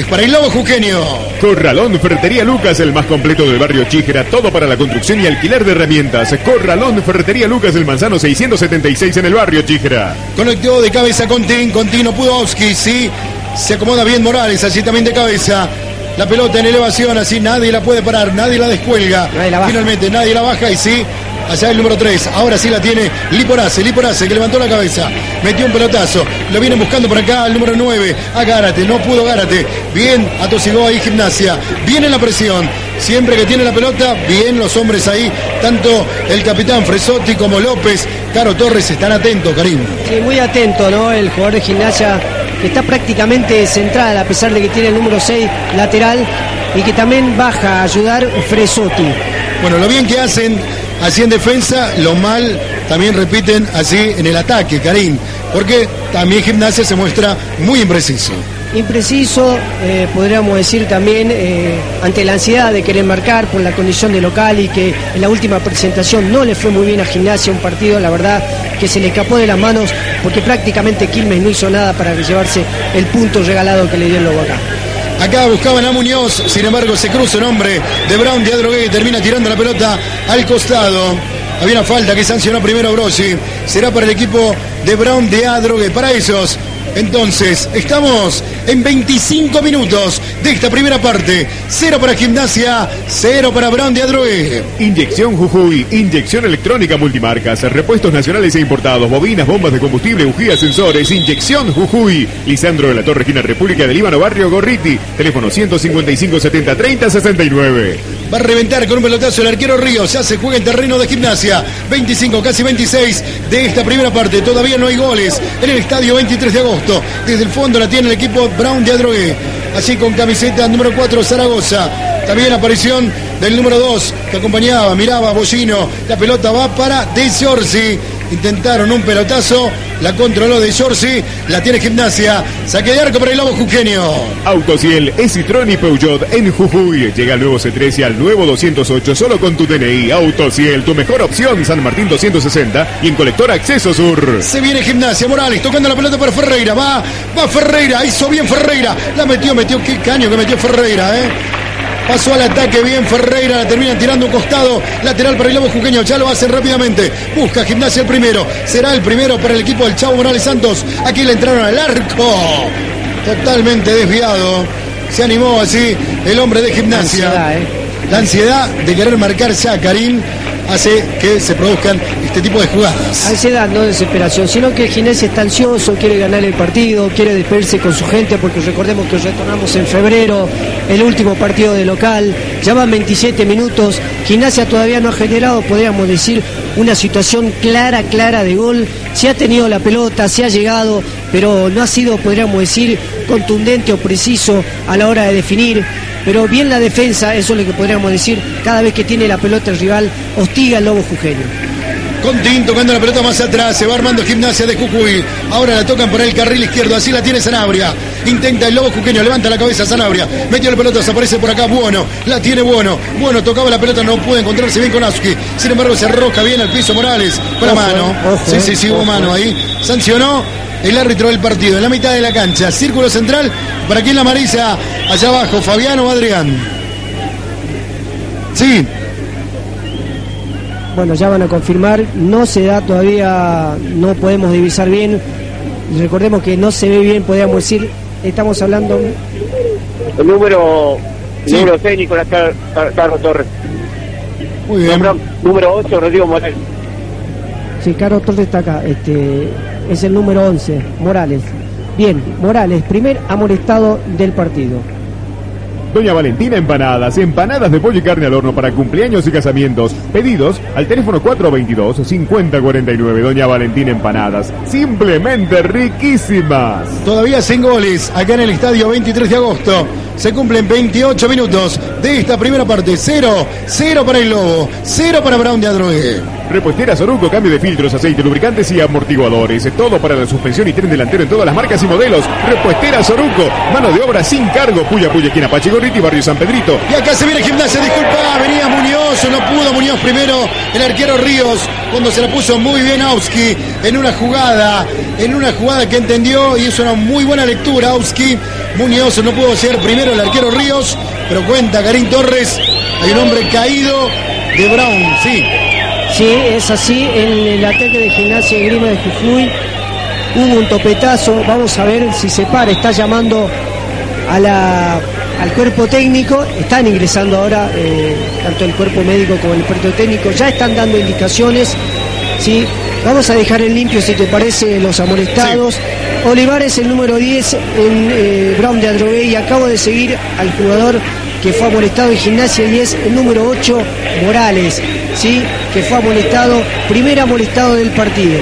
es para el Lobo Jujeño. Corralón Ferretería Lucas, el más completo del barrio Chíjera, todo para la construcción y alquiler de herramientas. Corralón Ferretería Lucas, el Manzano seiscientos setenta y seis en el barrio Chíjera. Conectó de cabeza con Tin, con Tino Pudowski, sí, se acomoda bien Morales, así también de cabeza. La pelota en elevación, así nadie la puede parar, nadie la descuelga. Nadie la Finalmente nadie la baja y sí, allá el número tres. Ahora sí la tiene Liporace, Liporace que levantó la cabeza, metió un pelotazo. Lo vienen buscando por acá el número nueve, a Gárate, no pudo Gárate. Bien, atosigó ahí Gimnasia. Viene la presión. Siempre que tiene la pelota, bien los hombres ahí, tanto el capitán Fresotti como López, Caro Torres están atentos, Karim. Sí, muy atento, ¿no? El jugador de Gimnasia que está prácticamente central, a pesar de que tiene el número seis lateral y que también baja a ayudar Fresotti. Bueno, lo bien que hacen así en defensa, lo mal también repiten así en el ataque, Karim, porque también Gimnasia se muestra muy impreciso. Impreciso, eh, podríamos decir también, eh, ante la ansiedad de querer marcar por la condición de local y que en la última presentación no le fue muy bien a Gimnasia, un partido, la verdad, que se le escapó de las manos porque prácticamente Quilmes no hizo nada para llevarse el punto regalado que le dio el Lobo acá. Acá buscaban a Muñoz, sin embargo se cruza un hombre de Brown de Adrogué y termina tirando la pelota al costado. Había una falta que sancionó primero Brossi. Será para el equipo de Brown de Adrogué. Para esos, entonces, estamos en veinticinco minutos de esta primera parte. Cero para Gimnasia, cero para Brown de Adrogué. Inyección Jujuy, inyección electrónica multimarcas, repuestos nacionales e importados, bobinas, bombas de combustible, bujías, sensores. Inyección Jujuy. Lisandro de la Torre, esquina República del Líbano, barrio Gorriti. Teléfono ciento cincuenta y cinco, setenta, treinta, sesenta y nueve. Va a reventar con un pelotazo el arquero Ríos. Ya se juega en terreno de Gimnasia. veinticinco, casi veintiséis de esta primera parte. Todavía no hay goles en el estadio veintitrés de agosto. Desde el fondo la tiene el equipo Brown de Adrogué. Así con camiseta número cuatro Zaragoza. También aparición del número dos que acompañaba, miraba a Bollino. La pelota va para De Giorgi. Intentaron un pelotazo, la controló De Giorgi, la tiene Gimnasia. Saque de arco para el Lobo Jujeño. Autociel, Citroën y Peugeot en Jujuy. Llega el nuevo C trece al nuevo doscientos ocho solo con tu D N I. Autociel, tu mejor opción. San Martín doscientos sesenta y en Colector Acceso Sur. Se viene Gimnasia, Morales tocando la pelota para Ferreira. Va, va Ferreira, hizo bien Ferreira. La metió, metió, qué caño que metió Ferreira, eh. Pasó al ataque bien Ferreira, la terminan tirando un costado lateral para el Lobo Jujeño, ya lo hacen rápidamente, busca Gimnasia el primero, será el primero para el equipo del Chavo Morales Santos. Aquí le entraron al arco, totalmente desviado, se animó así el hombre de Gimnasia. La ansiedad, ¿eh? La ansiedad de querer marcar ya, Karim, hace que se produzcan este tipo de jugadas. Ansiedad, no desesperación, sino que Gimnasia está ansioso, quiere ganar el partido, quiere despedirse con su gente, porque recordemos que retornamos en febrero, el último partido de local, ya van veintisiete minutos, Gimnasia todavía no ha generado, podríamos decir, una situación clara, clara de gol, se ha tenido la pelota, se ha llegado, pero no ha sido, podríamos decir, contundente o preciso a la hora de definir. Pero bien la defensa, eso es lo que podríamos decir, cada vez que tiene la pelota el rival, hostiga al Lobo Jujeño. Contín tocando la pelota más atrás, se va armando Gimnasia de Jujuy, ahora la tocan por el carril izquierdo, así la tiene Sanabria, intenta el Lobo Jujeño, levanta la cabeza Sanabria, metió la pelota, se aparece por acá Bueno, la tiene Bueno, Bueno tocaba la pelota, no puede encontrarse bien con Azuki, sin embargo se arroja bien al piso Morales, con la mano, ojo, sí, sí, sí, hubo mano ahí, sancionó el árbitro del partido, en la mitad de la cancha, círculo central, para quien la amarilla, allá abajo, Fabiano o Adrián. Sí. Bueno, ya van a confirmar, no se da todavía, no podemos divisar bien, recordemos que no se ve bien, podríamos decir, estamos hablando... El número, sí. número seis, Nicolás Car Car Carlos Torres. Muy bien. Número, número ocho, Rodrigo Morales. Sí, Carlos Torres está acá, este, es el número once, Morales. Bien, Morales, primer amonestado del partido. Doña Valentina Empanadas, empanadas de pollo y carne al horno para cumpleaños y casamientos. Pedidos al teléfono cuatro veintidós, cincuenta cuarenta y nueve. Doña Valentina Empanadas, simplemente riquísimas. Todavía sin goles, acá en el estadio veintitrés de agosto. Se cumplen veintiocho minutos de esta primera parte. Cero, cero para el Lobo, cero para Brown de Adrogué. Repuesteras Oruco, cambio de filtros, aceite, lubricantes y amortiguadores. Todo para la suspensión y tren delantero en todas las marcas y modelos. Repuesteras Oruco, mano de obra sin cargo. Puya Puya, esquina Apache Gorriti, barrio San Pedrito. Y acá se viene Gimnasia, disculpa, venía Muñoz, no pudo Muñoz primero, el arquero Ríos, cuando se la puso muy bien Auski en una jugada, en una jugada que entendió y hizo una muy buena lectura Auski. Muñoz no pudo ser primero el arquero Ríos, pero cuenta Karim Torres, hay un hombre caído de Brown, sí. Sí, es así, en el ataque de Gimnasia y Grima de Jujuy hubo un topetazo, vamos a ver si se para, está llamando a la, al cuerpo técnico, están ingresando ahora eh, tanto el cuerpo médico como el cuerpo técnico, ya están dando indicaciones, ¿sí? Vamos a dejar en limpio, si te parece, los amonestados. Sí. Olivares, el número diez, en eh, Brown de Adrogué, y acabo de seguir al jugador que fue amonestado en Gimnasia y es el número ocho, Morales, ¿sí? Que fue amonestado, primer amonestado del partido.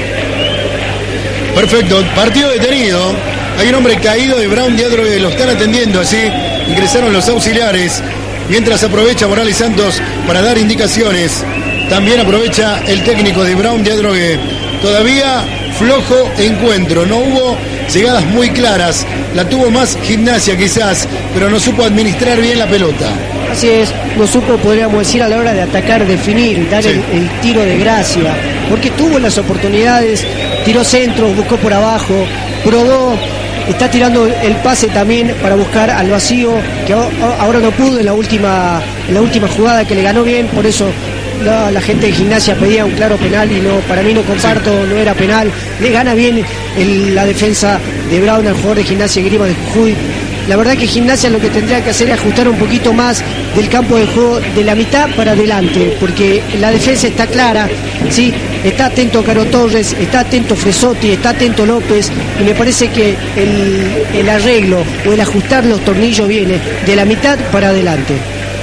Perfecto, partido detenido. Hay un hombre caído de Brown de Adrogué, lo están atendiendo así. Ingresaron los auxiliares, mientras aprovecha Morales Santos para dar indicaciones. También aprovecha el técnico de Brown de Adrogué. Todavía flojo encuentro, no hubo llegadas muy claras, la tuvo más Gimnasia quizás, pero no supo administrar bien la pelota. Así es, no supo, podríamos decir, a la hora de atacar, definir, dar sí. el, el tiro de gracia, porque tuvo las oportunidades, tiró centros, buscó por abajo, probó, está tirando el pase también para buscar al vacío, que ahora no pudo en la última, en la última jugada que le ganó bien, por eso La, la gente de Gimnasia pedía un claro penal y no, para mí no comparto, sí. no era penal. Le gana bien el, la defensa de Brown al jugador de Gimnasia Grima de Jujuy. La verdad que Gimnasia lo que tendría que hacer es ajustar un poquito más del campo de juego de la mitad para adelante, porque la defensa está clara, ¿sí? Está atento Caro Torres, está atento Fresotti, está atento López, y me parece que el, el arreglo o el ajustar los tornillos viene de la mitad para adelante.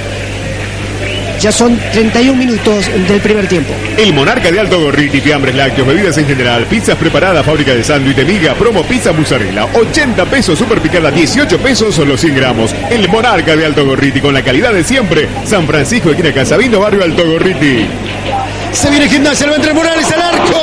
Ya son treinta y un minutos del primer tiempo. El Monarca de Alto Gorriti, fiambres lácteos, bebidas en general, pizzas preparadas, fábrica de sándwich de miga, promo pizza mozzarella, ochenta pesos, super picada, dieciocho pesos son los cien gramos. El Monarca de Alto Gorriti, con la calidad de siempre. San Francisco, esquina Casavino, barrio Alto Gorriti. Se viene Gimnasia, lo entra Morales al arco.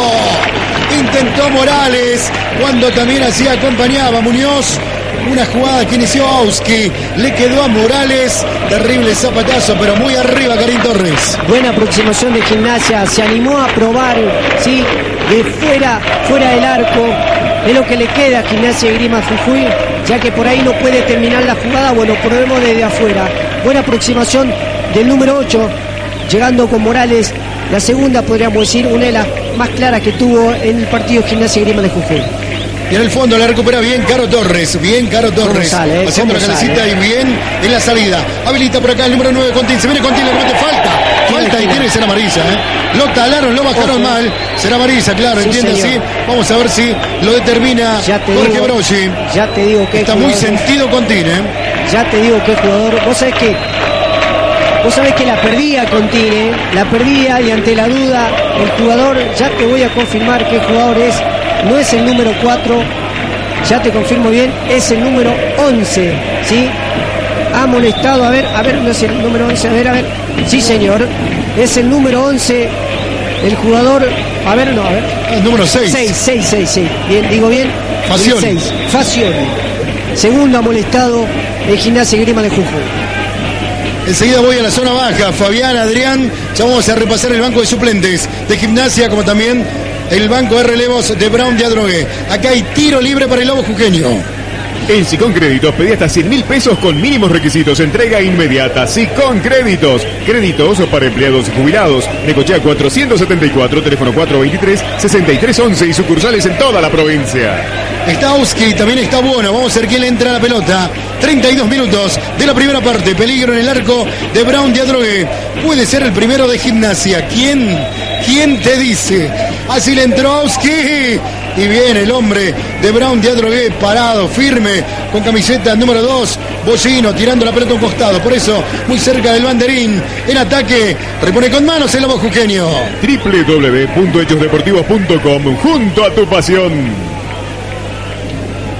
Intentó Morales, cuando también así acompañaba Muñoz. Una jugada que inició Auski, le quedó a Morales, terrible zapatazo, pero muy arriba Karim Torres. Buena aproximación de Gimnasia, se animó a probar, ¿sí? De fuera, fuera del arco, es lo que le queda a Gimnasia y Grima Jujuy, ya que por ahí no puede terminar la jugada, bueno, probemos desde afuera. Buena aproximación del número ocho, llegando con Morales, la segunda podríamos decir, una de las más claras que tuvo en el partido Gimnasia y Grima de Jujuy. Y en el fondo la recupera bien Caro Torres, bien Caro Torres, sale, eh? haciendo la calecita y bien en la salida. Habilita por acá el número nueve Contín, se viene Contín, le remate, falta, falta y tiene que ser amarilla, ¿eh? Lo talaron, lo bajaron Ojo. mal, será amarilla, claro, sí, entiende así. Vamos a ver si lo determina Jorge Broggi. Ya te digo que está muy sentido Contín, ¿eh? Ya te digo que jugador, vos sabés que Vos sabés que la perdía Contín, ¿eh? La perdía y ante la duda el jugador, ya te voy a confirmar qué jugador es. No es el número cuatro, ya te confirmo bien, es el número once, ¿sí? Ha molestado, a ver, a ver, no es el número once, a ver, a ver, sí señor, es el número once, el jugador, a ver, no, a ver. El número seis. seis, seis, seis, sí, bien, digo bien. Facioli. seis, Facioli. Segundo ha molestado el Gimnasia y Grima de Jujuy. Enseguida voy a la zona baja, Fabián, Adrián, ya vamos a repasar el banco de suplentes de Gimnasia, como también el banco de relevos de Brown de Adrogué. Acá hay tiro libre para el Lobo Jujeño. En Sicón Créditos pedí hasta cien mil pesos con mínimos requisitos. Entrega inmediata. Sicón Créditos. Créditos para empleados y jubilados. Necochea cuatrocientos setenta y cuatro, teléfono cuatro veintitrés, sesenta y tres once y sucursales en toda la provincia. Está Auski, también está Bueno. Vamos a ver quién le entra a la pelota. treinta y dos minutos de la primera parte. Peligro en el arco de Brown de Adrogué. Puede ser el primero de Gimnasia. ¿Quién? ¿Quién te dice? Así le entró Auski. Y viene el hombre de Brown de Adrogué, parado, firme, con camiseta número dos, Bollino, tirando la pelota a un costado. Por eso, muy cerca del banderín, en ataque, repone con manos el Lobo Jujeño. doble u doble u doble u punto hechos deportivos punto com, junto a tu pasión.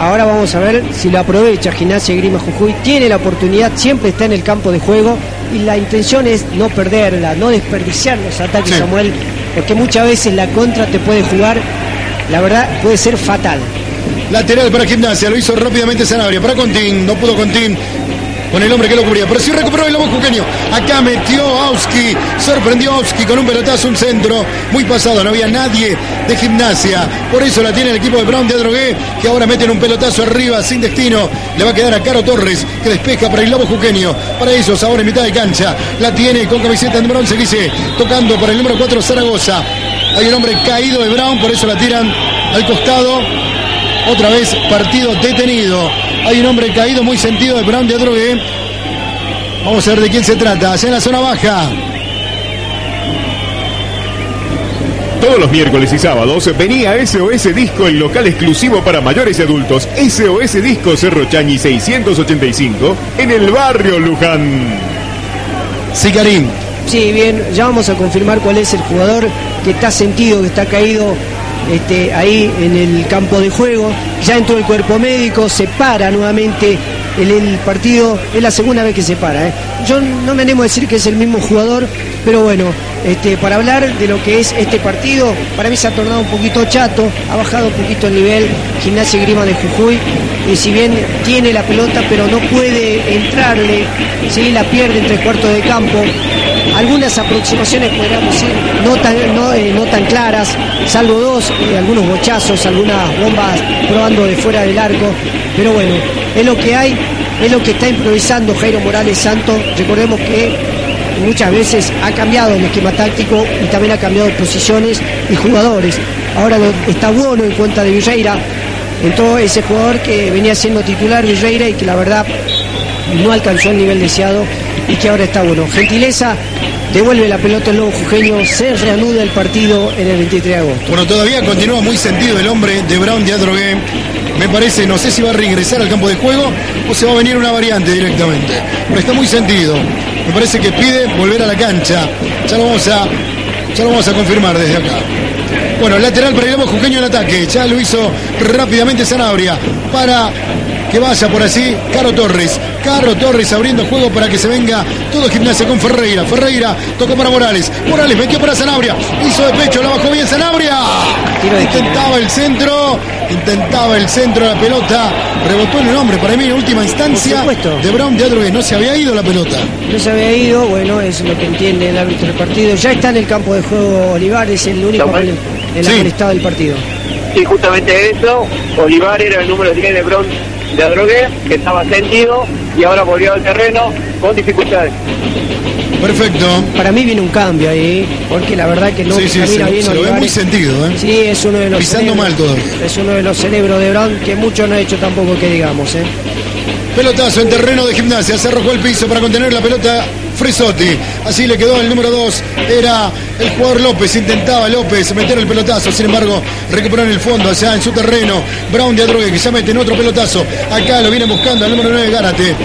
ahora vamos a ver si lo aprovecha Gimnasia y Grima Jujuy. Tiene la oportunidad, siempre está en el campo de juego y la intención es no perderla, no desperdiciar los ataques, sí. Samuel, porque muchas veces la contra te puede jugar, la verdad puede ser fatal. Lateral para Gimnasia, lo hizo rápidamente Sanabria, para Contín, no pudo Contín con el hombre que lo cubría, pero sí recuperó el lobo jujeño. Acá metió Auski, sorprendió Auski con un pelotazo, un centro muy pasado, no había nadie de Gimnasia, por eso la tiene el equipo de Brown de Adrogué, que ahora meten un pelotazo arriba sin destino, le va a quedar a Caro Torres, que despeja para el lobo jujeño. Para ellos ahora en mitad de cancha, la tiene con camiseta de bronce, dice, tocando para el número cuatro Zaragoza. Hay un hombre caído de Brown, por eso la tiran al costado. Otra vez partido detenido. Hay un hombre caído muy sentido de Brown de Adrogué. Vamos a ver de quién se trata. Allá en la zona baja. Todos los miércoles y sábados venía S O S Disco, el local exclusivo para mayores y adultos. S O S Disco Cerro Chañi seiscientos ochenta y cinco en el barrio Luján. Sí, Karim. Sí, bien, ya vamos a confirmar cuál es el jugador que está sentido, que está caído este, ahí en el campo de juego. Ya entró el cuerpo médico, se para nuevamente el, el partido, es la segunda vez que se para. ¿eh? Yo no me animo a decir que es el mismo jugador, pero bueno, este, para hablar de lo que es este partido, para mí se ha tornado un poquito chato, ha bajado un poquito el nivel Gimnasia y Grima de Jujuy, y si bien tiene la pelota, pero no puede entrarle, ¿sí? La pierde en tres cuartos de campo. Algunas aproximaciones, podríamos decir, no tan, no, eh, no tan claras, salvo dos, eh, algunos bochazos, algunas bombas probando de fuera del arco, pero bueno, es lo que hay, es lo que está improvisando Jairo Morales Santos. Recordemos que muchas veces ha cambiado el esquema táctico y también ha cambiado posiciones y jugadores. Ahora lo, está bueno en cuenta de Villeira, entró ese jugador que venía siendo titular Villeira y que la verdad no alcanzó el nivel deseado y que ahora está bueno. Gentileza devuelve la pelota el lobo jujeño, se reanuda el partido en el veintitrés de agosto. Bueno, todavía continúa muy sentido el hombre de Brown de Adrogué. Me parece, no sé si va a regresar al campo de juego o se va a venir una variante directamente, pero está muy sentido. Me parece que pide volver a la cancha. Ya lo vamos a, ya lo vamos a confirmar desde acá. Bueno, lateral para el lobo jujeño en ataque. Ya lo hizo rápidamente Sanabria para que vaya por así Caro Torres. Caro Torres abriendo juego para que se venga todo Gimnasia con Ferreira. Ferreira tocó para Morales. Morales metió para Sanabria. Hizo de pecho, la bajó bien Sanabria. Intentaba el centro. Intentaba el centro de la pelota. Rebotó en el hombre. Para mí en última instancia de Brown de Adrogué. No se había ido la pelota. No se había ido. Bueno, es lo que entiende el árbitro del partido. Ya está en el campo de juego Olivar. Es el único en el sí. estado del partido. Sí, justamente eso. Olivar era el número diez de Brown de Adrogué, que estaba sentido y ahora volvió al terreno con dificultades. Perfecto. Para mí viene un cambio ahí, porque la verdad que no sí, sí, camina se, bien. Se lo ve muy sentido, ¿eh? Sí, es uno de los pisando mal todavía. Es uno de los cerebros de Brown que mucho no ha hecho tampoco que digamos, ¿eh? Pelotazo en terreno de Gimnasia, se arrojó el piso para contener la pelota Fresotti. Así le quedó el número dos, era el jugador López, intentaba López meter el pelotazo, sin embargo recuperó en el fondo, allá en su terreno, Brown de Adrogué, que ya mete en otro pelotazo. Acá lo viene buscando al número nueve, Gárate.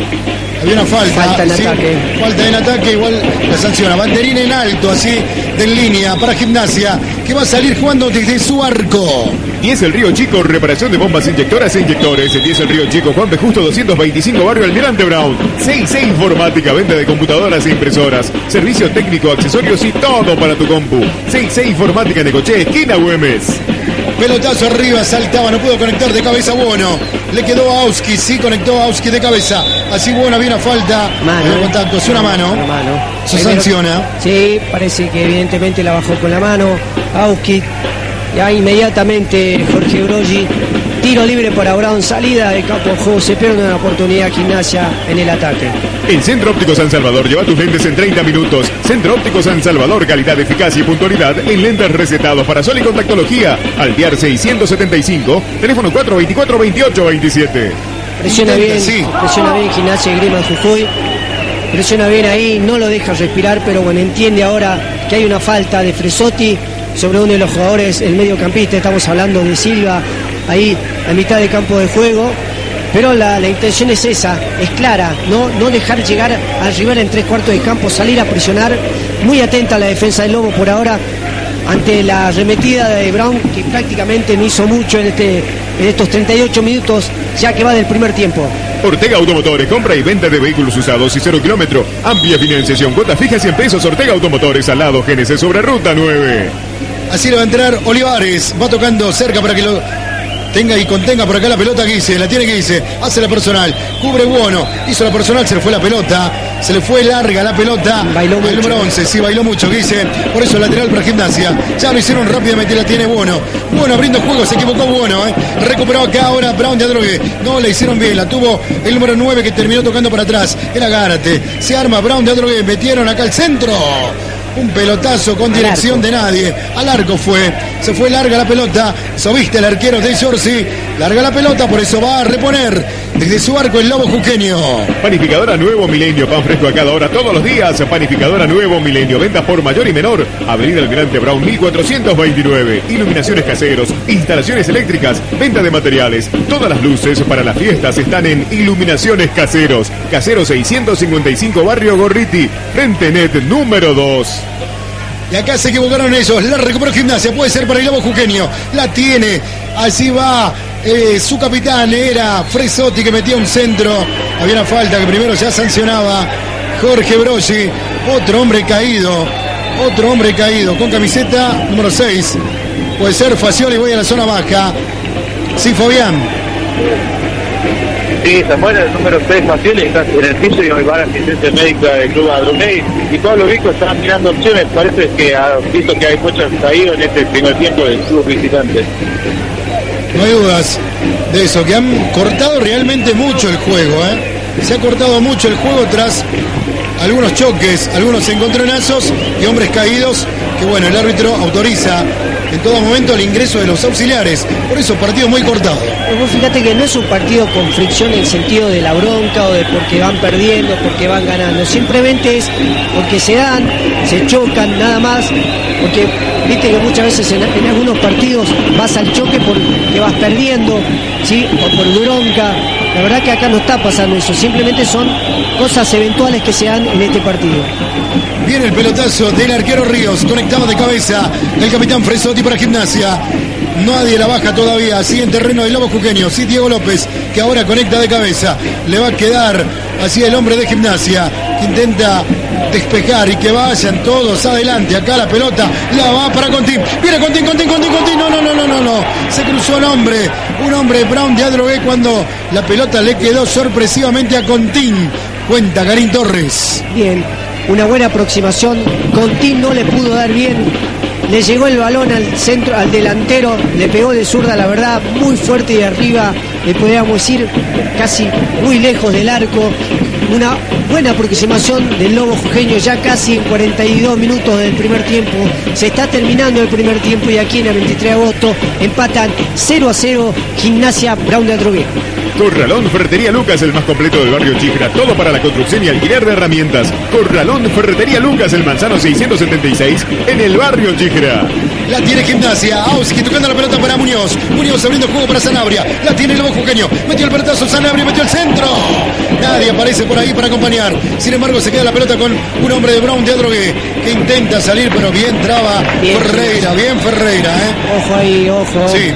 Había una falta, falta en ¿sí? ataque. Falta en ataque, igual la sanciona. Banderín en alto, así, de en línea para Gimnasia, que va a salir jugando desde su arco. diez El Río Chico, reparación de bombas inyectoras e inyectores. diez El Río Chico, Juan B. Justo doscientos veinticinco, Barrio Almirante Brown. seis C Informática, venta de computadoras e impresoras. Servicio técnico, accesorios y todo para tu compu. seis C Informática, Necoché, esquina Güemes. Pelotazo arriba, saltaba, no pudo conectar de cabeza Buono. Le quedó a Auski, sí conectó a Auski de cabeza. Así Buono, había una falta. Mano. De contacto, es una mano. Una mano. Se Primero, sanciona. Sí, parece que evidentemente la bajó con la mano. Auski. Ya inmediatamente Jorge Broggi. Tiro libre para Brown, salida de campo de juego, se pierde una oportunidad Gimnasia en el ataque. En Centro Óptico San Salvador, lleva tus lentes en treinta minutos. Centro Óptico San Salvador, calidad, eficacia y puntualidad en lentes recetados para sol y contactología. Alvear seiscientos setenta y cinco, teléfono cuatro veinticuatro veintiocho veintisiete. Presiona bien, sí. presiona bien Gimnasia y Grima de Jujuy. Presiona bien ahí, no lo deja respirar, pero bueno, entiende ahora que hay una falta de Fresotti sobre uno de los jugadores, el mediocampista, estamos hablando de Silva, ahí a mitad de campo de juego, pero la, la intención es esa, es clara, no, no dejar llegar al rival en tres cuartos de campo, salir a presionar, muy atenta a la defensa del Lobo por ahora, ante la arremetida de Brown, que prácticamente no hizo mucho en, este, en estos treinta y ocho minutos, ya que va del primer tiempo. Ortega Automotores, compra y venta de vehículos usados y cero kilómetro. Amplia financiación, cuotas fijas cien pesos. Ortega Automotores, al lado Génesis sobre Ruta nueve. Así le va a entrar Olivares, va tocando cerca para que lo tenga y contenga por acá la pelota. Guise, la tiene Guise, hace la personal, cubre Buono, hizo la personal, se le fue la pelota, se le fue larga la pelota. Bailó mucho. El número once, sí, bailó mucho Guise, por eso lateral para Gimnasia. Ya lo hicieron rápidamente, la tiene Buono. Buono abriendo juego, se equivocó Buono, ¿eh? Recuperó acá ahora Brown de Adrogué. No le hicieron bien, la tuvo el número nueve que terminó tocando para atrás. Era Gárate, se arma Brown de Adrogué, metieron acá al centro. Un pelotazo con dirección de nadie. Al arco fue. Se fue larga la pelota. Sobiste el arquero de Giorgi. Larga la pelota, por eso va a reponer desde su arco el Lobo Jujeño. Panificadora Nuevo Milenio. Pan fresco a cada hora, todos los días. Panificadora Nuevo Milenio. Ventas por mayor y menor. Avenida Almirante Brown mil cuatrocientos veintinueve. Iluminaciones caseros. Instalaciones eléctricas. Venta de materiales. Todas las luces para las fiestas están en Iluminaciones Caseros. Casero seiscientos cincuenta y cinco, Barrio Gorriti. Frente Net número dos. Y acá se equivocaron ellos. La recuperó Gimnasia. Puede ser para el Lobo Jujeño. La tiene. Así va. Eh, su capitán era Fresotti, que metía un centro. Había una falta que primero ya sancionaba Jorge Broggi. Otro hombre caído. Otro hombre caído. Con camiseta número seis. Puede ser Facioli. Voy a la zona baja. Sí, Fabián. Sí, Samuel, el número seis Facioli está en el piso y hoy va a la asistencia médica del Club Adrogué. Y Pablo Vico está mirando opciones. Parece que ha visto que hay muchos caídos en este primer tiempo del club visitante. No hay dudas de eso, que han cortado realmente mucho el juego, ¿eh? Se ha cortado mucho el juego tras algunos choques, algunos encontronazos y hombres caídos, que bueno, el árbitro autoriza en todo momento el ingreso de los auxiliares. Por eso, partido muy cortado. Vos fíjate que no es un partido con fricción en el sentido de la bronca o de porque van perdiendo, porque van ganando. Simplemente es porque se dan, se chocan, nada más. Porque viste que muchas veces en, en algunos partidos vas al choque porque vas perdiendo, ¿sí? O por bronca. La verdad que acá no está pasando eso. Simplemente son cosas eventuales que se dan en este partido. Viene el pelotazo del arquero Ríos, conectado de cabeza el capitán Fresotti para Gimnasia. Nadie la baja todavía, sigue en terreno del Lobo Jujeño. Sí, Diego López, que ahora conecta de cabeza. Le va a quedar así el hombre de Gimnasia, que intenta despejar y que vayan todos adelante. Acá la pelota la va para Contín. Viene Contín, Contín, Contín, Contín. No, no, no, no, no, no. Se cruzó un hombre, un hombre Brown de Adrogué cuando la pelota le quedó sorpresivamente a Contín. Cuenta Karim Torres. Bien, una buena aproximación. Contín no le pudo dar bien. Le llegó el balón al centro, al delantero, le pegó de zurda, la verdad, muy fuerte de arriba, le podríamos decir casi muy lejos del arco. Una buena aproximación del Lobo Jujeño, ya casi en cuarenta y dos minutos del primer tiempo. Se está terminando el primer tiempo y aquí en el veintitrés de agosto empatan cero a cero Gimnasia Brown de Adrogué. Corralón Ferretería Lucas, el más completo del barrio Chijra. Todo para la construcción y alquiler de herramientas. Corralón Ferretería Lucas, el Manzano seiscientos setenta y seis, en el barrio Chijra. La tiene Gimnasia. Auski tocando la pelota para Muñoz. Muñoz abriendo juego para Sanabria. La tiene el Lobo Jujeño. Metió el pelotazo Sanabria, metió el centro. Nadie aparece por ahí para acompañar. Sin embargo, se queda la pelota con un hombre de Brown de Adrogué, que intenta salir, pero bien traba bien, Ferreira. Bien Ferreira, ¿eh? Ojo ahí, ojo. Sí.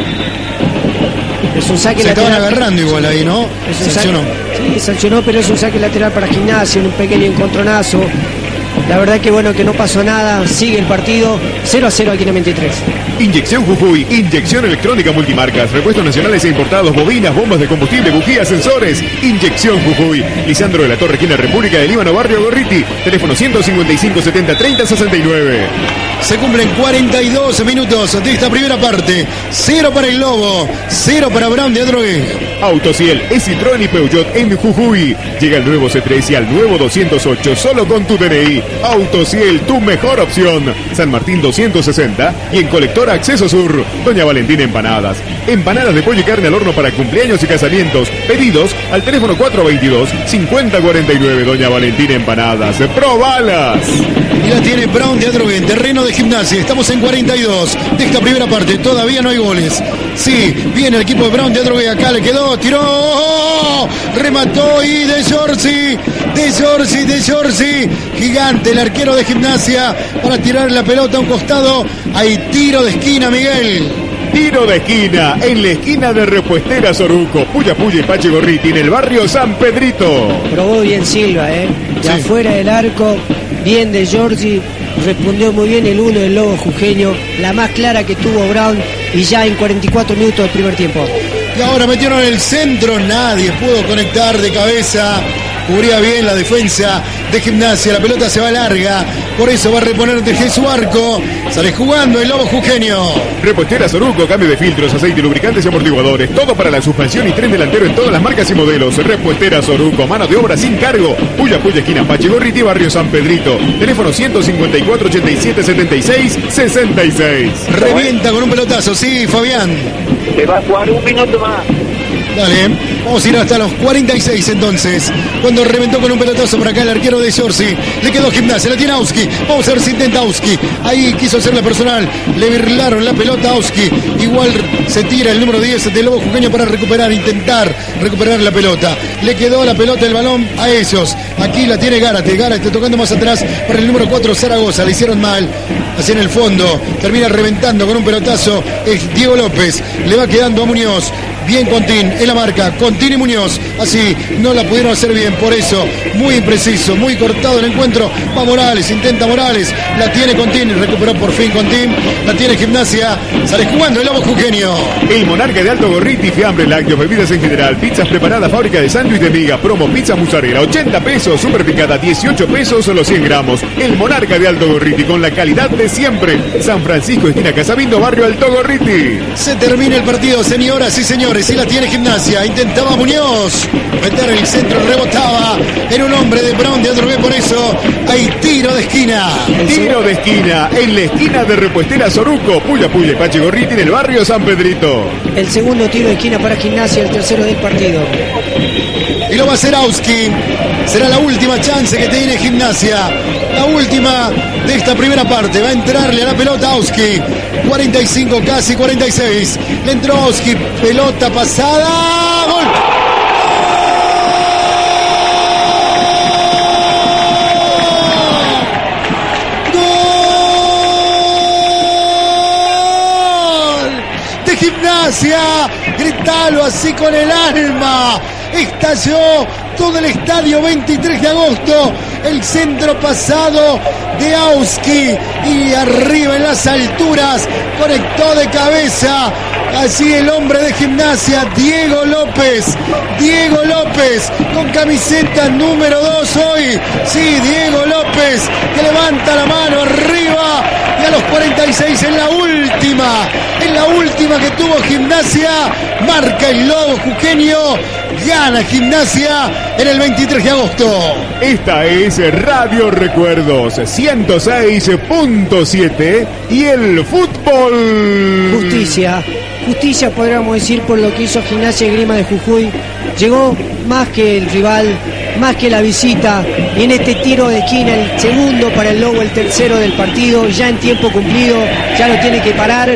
Es un saque se lateral. estaban agarrando igual ahí, ¿no? Es un sancionó. Saque, sí, sancionó, pero es un saque lateral para Gimnasia, un pequeño encontronazo. La verdad que bueno, que no pasó nada. Sigue el partido cero a cero aquí en el veintitrés. Inyección Jujuy, inyección electrónica multimarcas, repuestos nacionales e importados, bobinas, bombas de combustible, bujías, sensores. Inyección Jujuy. Lisandro de la Torre, esquina República de Líbano, barrio Gorriti. Teléfono ciento cincuenta y cinco setenta treinta sesenta y nueve. Se cumplen cuarenta y dos minutos de esta primera parte. Cero para el Lobo, cero para Brown de Adrogué. Autociel, es Citroën y Peugeot en Jujuy. Llega el nuevo C tres y al nuevo doscientos ocho solo con tu D N I. Autociel, tu mejor opción. San Martín doscientos sesenta y en Colectora Acceso Sur. Doña Valentina Empanadas. Empanadas de pollo y carne al horno para cumpleaños y casamientos. Pedidos al teléfono cuatro veintidós cincuenta cuarenta y nueve. Doña Valentina Empanadas. ¡Probalas! Y la tiene Brown de Adrogué en terreno de Gimnasia. Estamos en cuarenta y dos de esta primera parte. Todavía no hay goles. Sí, viene el equipo de Brown de Adrogué. Acá le quedó, tiró, remató y de Giorgi, de Giorgi, de Giorgi. Gigante el arquero de Gimnasia para tirar la pelota a un costado. Hay tiro de esquina, Miguel. Tiro de esquina, en la esquina de Repuestera Soruco, Puya Puya y Pachi Gorriti, en el barrio San Pedrito. Probó bien Silva, ¿eh? De Sí. afuera del arco, bien de Giorgi, respondió muy bien el uno del Lobo Jujeño, la más clara que tuvo Brown, y ya en cuarenta y cuatro minutos del primer tiempo. Y ahora metieron en el centro, nadie pudo conectar de cabeza. Cubría bien la defensa de Gimnasia, la pelota se va larga, por eso va a reponer desde su arco. Sale jugando el Lobo Jujeño. Repuestera Soruco, cambio de filtros, aceite, lubricantes y amortiguadores. Todo para la suspensión y tren delantero en todas las marcas y modelos. Repuestera Soruco, mano de obra sin cargo. Puya Puya, esquina Pachi Gorriti, barrio San Pedrito. Teléfono ciento cincuenta y cuatro, ochenta y siete, setenta y seis, sesenta y seis. Revienta con un pelotazo, sí, Fabián. Se va a jugar un minuto más. Dale, vamos a ir hasta los cuarenta y seis entonces. Cuando reventó con un pelotazo por acá el arquero de Giorgi. Le quedó Gimnasia, la tiene Auski. Vamos a ver si intenta Auski. Ahí quiso hacer la personal. Le virlaron la pelota a Auski. Igual se tira el número diez del Lobo Jujeño para recuperar, intentar recuperar la pelota. Le quedó la pelota, el balón a ellos. Aquí la tiene Gárate. Gárate tocando más atrás para el número cuatro Zaragoza. Le hicieron mal. Hacia en el fondo. Termina reventando con un pelotazo. Es Diego López. Le va quedando a Muñoz. Bien Contín, en la marca, Contín y Muñoz. Así, no la pudieron hacer bien, por eso, muy impreciso, muy cortado el encuentro. Va Morales, intenta Morales, la tiene Contín, recuperó por fin Contín, la tiene Gimnasia, sale jugando el Lobo Jujeño. El Monarca de Alto Gorriti, fiambre, lácteos, bebidas en general, pizzas preparadas, fábrica de sándwich de miga, promo, pizza mozzarella, ochenta pesos, super picada, dieciocho pesos o los cien gramos. El Monarca de Alto Gorriti, con la calidad de siempre. San Francisco, esquina Casabindo, barrio Alto Gorriti. Se termina el partido, señoras y señores. Y la tiene Gimnasia, intentaba Muñoz meter el centro, rebotaba en un hombre de Brown de Adrogué, por eso hay tiro de esquina. Tiro de esquina, en la esquina de Repuestera Soruco, Puya Puya y Pachi Gorriti, en el barrio San Pedrito. El segundo tiro de esquina para Gimnasia, el tercero del partido. Y lo va a hacer Auski. Será la última chance que tiene Gimnasia. La última de esta primera parte. Va a entrarle a la pelota Auski. cuarenta y cinco, casi cuarenta y seis. Le entró Auski. Pelota pasada. ¡Gol! ¡Gol! De Gimnasia. Gritalo así con el alma. Estalló todo el estadio veintitrés de agosto. El centro pasado de Auski y arriba en las alturas conectó de cabeza. Así el hombre de Gimnasia, Diego López. Diego López con camiseta número dos hoy. Sí, Diego López que levanta la mano arriba. Y a los cuarenta y seis en la última, en la última que tuvo Gimnasia, marca el Lobo Jujeño. Gana Gimnasia en el veintitrés de agosto. Esta es Radio Recuerdos ciento seis punto siete y el fútbol. Justicia, justicia podríamos decir por lo que hizo Gimnasia y Grima de Jujuy. Llegó más que el rival, más que la visita, y en este tiro de esquina, el segundo para el Lobo, el tercero del partido, ya en tiempo cumplido, ya lo tiene que parar.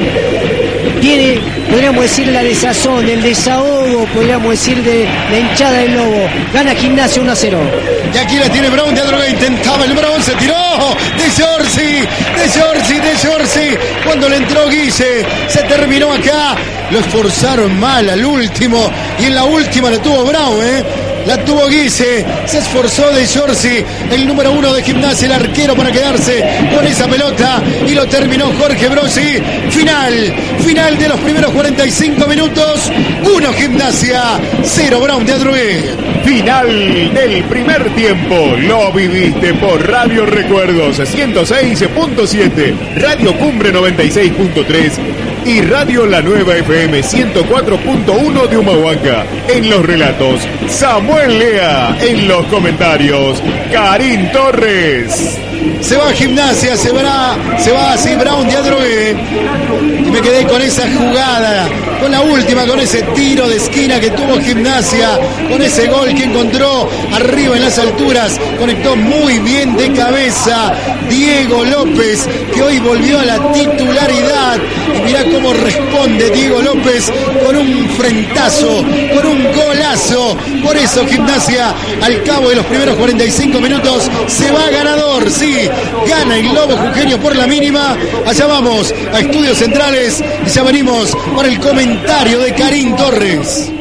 Tiene, podríamos decir, la desazón, el desahogo, podríamos decir, de la hinchada del Lobo. Gana Gimnasia uno a cero. Y aquí la tiene Brown de Adrogué, intentaba el Brown, se tiró de Giorgi, de Giorgi, de Giorgi. Cuando le entró Guille, se terminó acá. Lo esforzaron mal al último y en la última la tuvo Brown, ¿eh? La tuvo Guille, se esforzó de Giorgi, el número uno de Gimnasia, el arquero, para quedarse con esa pelota, y lo terminó Jorge Brosi. Final, final de los primeros cuarenta y cinco minutos. uno Gimnasia, cero Brown de Adrogué. Final del primer tiempo. Lo viviste por Radio Recuerdos ciento seis punto siete, Radio Cumbre noventa y seis punto tres y Radio La Nueva F M ciento cuatro punto uno de Humahuaca. En los relatos, Samuel Lea. En los comentarios, Karim Torres. Se va a Gimnasia, se va, se va así Brown de Adrogué. Y me quedé con esa jugada, con la última, con ese tiro de esquina que tuvo Gimnasia, con ese gol que encontró arriba en las alturas. Conectó muy bien de cabeza Diego López, que hoy volvió a la titularidad. Y mirá cómo responde Diego López con un frentazo, con un golazo. Por eso Gimnasia, al cabo de los primeros cuarenta y cinco minutos, se va ganador. Sí, gana el Lobo Jujeño por la mínima. Allá vamos a Estudios Centrales y ya venimos para el comentario de Karim Torres.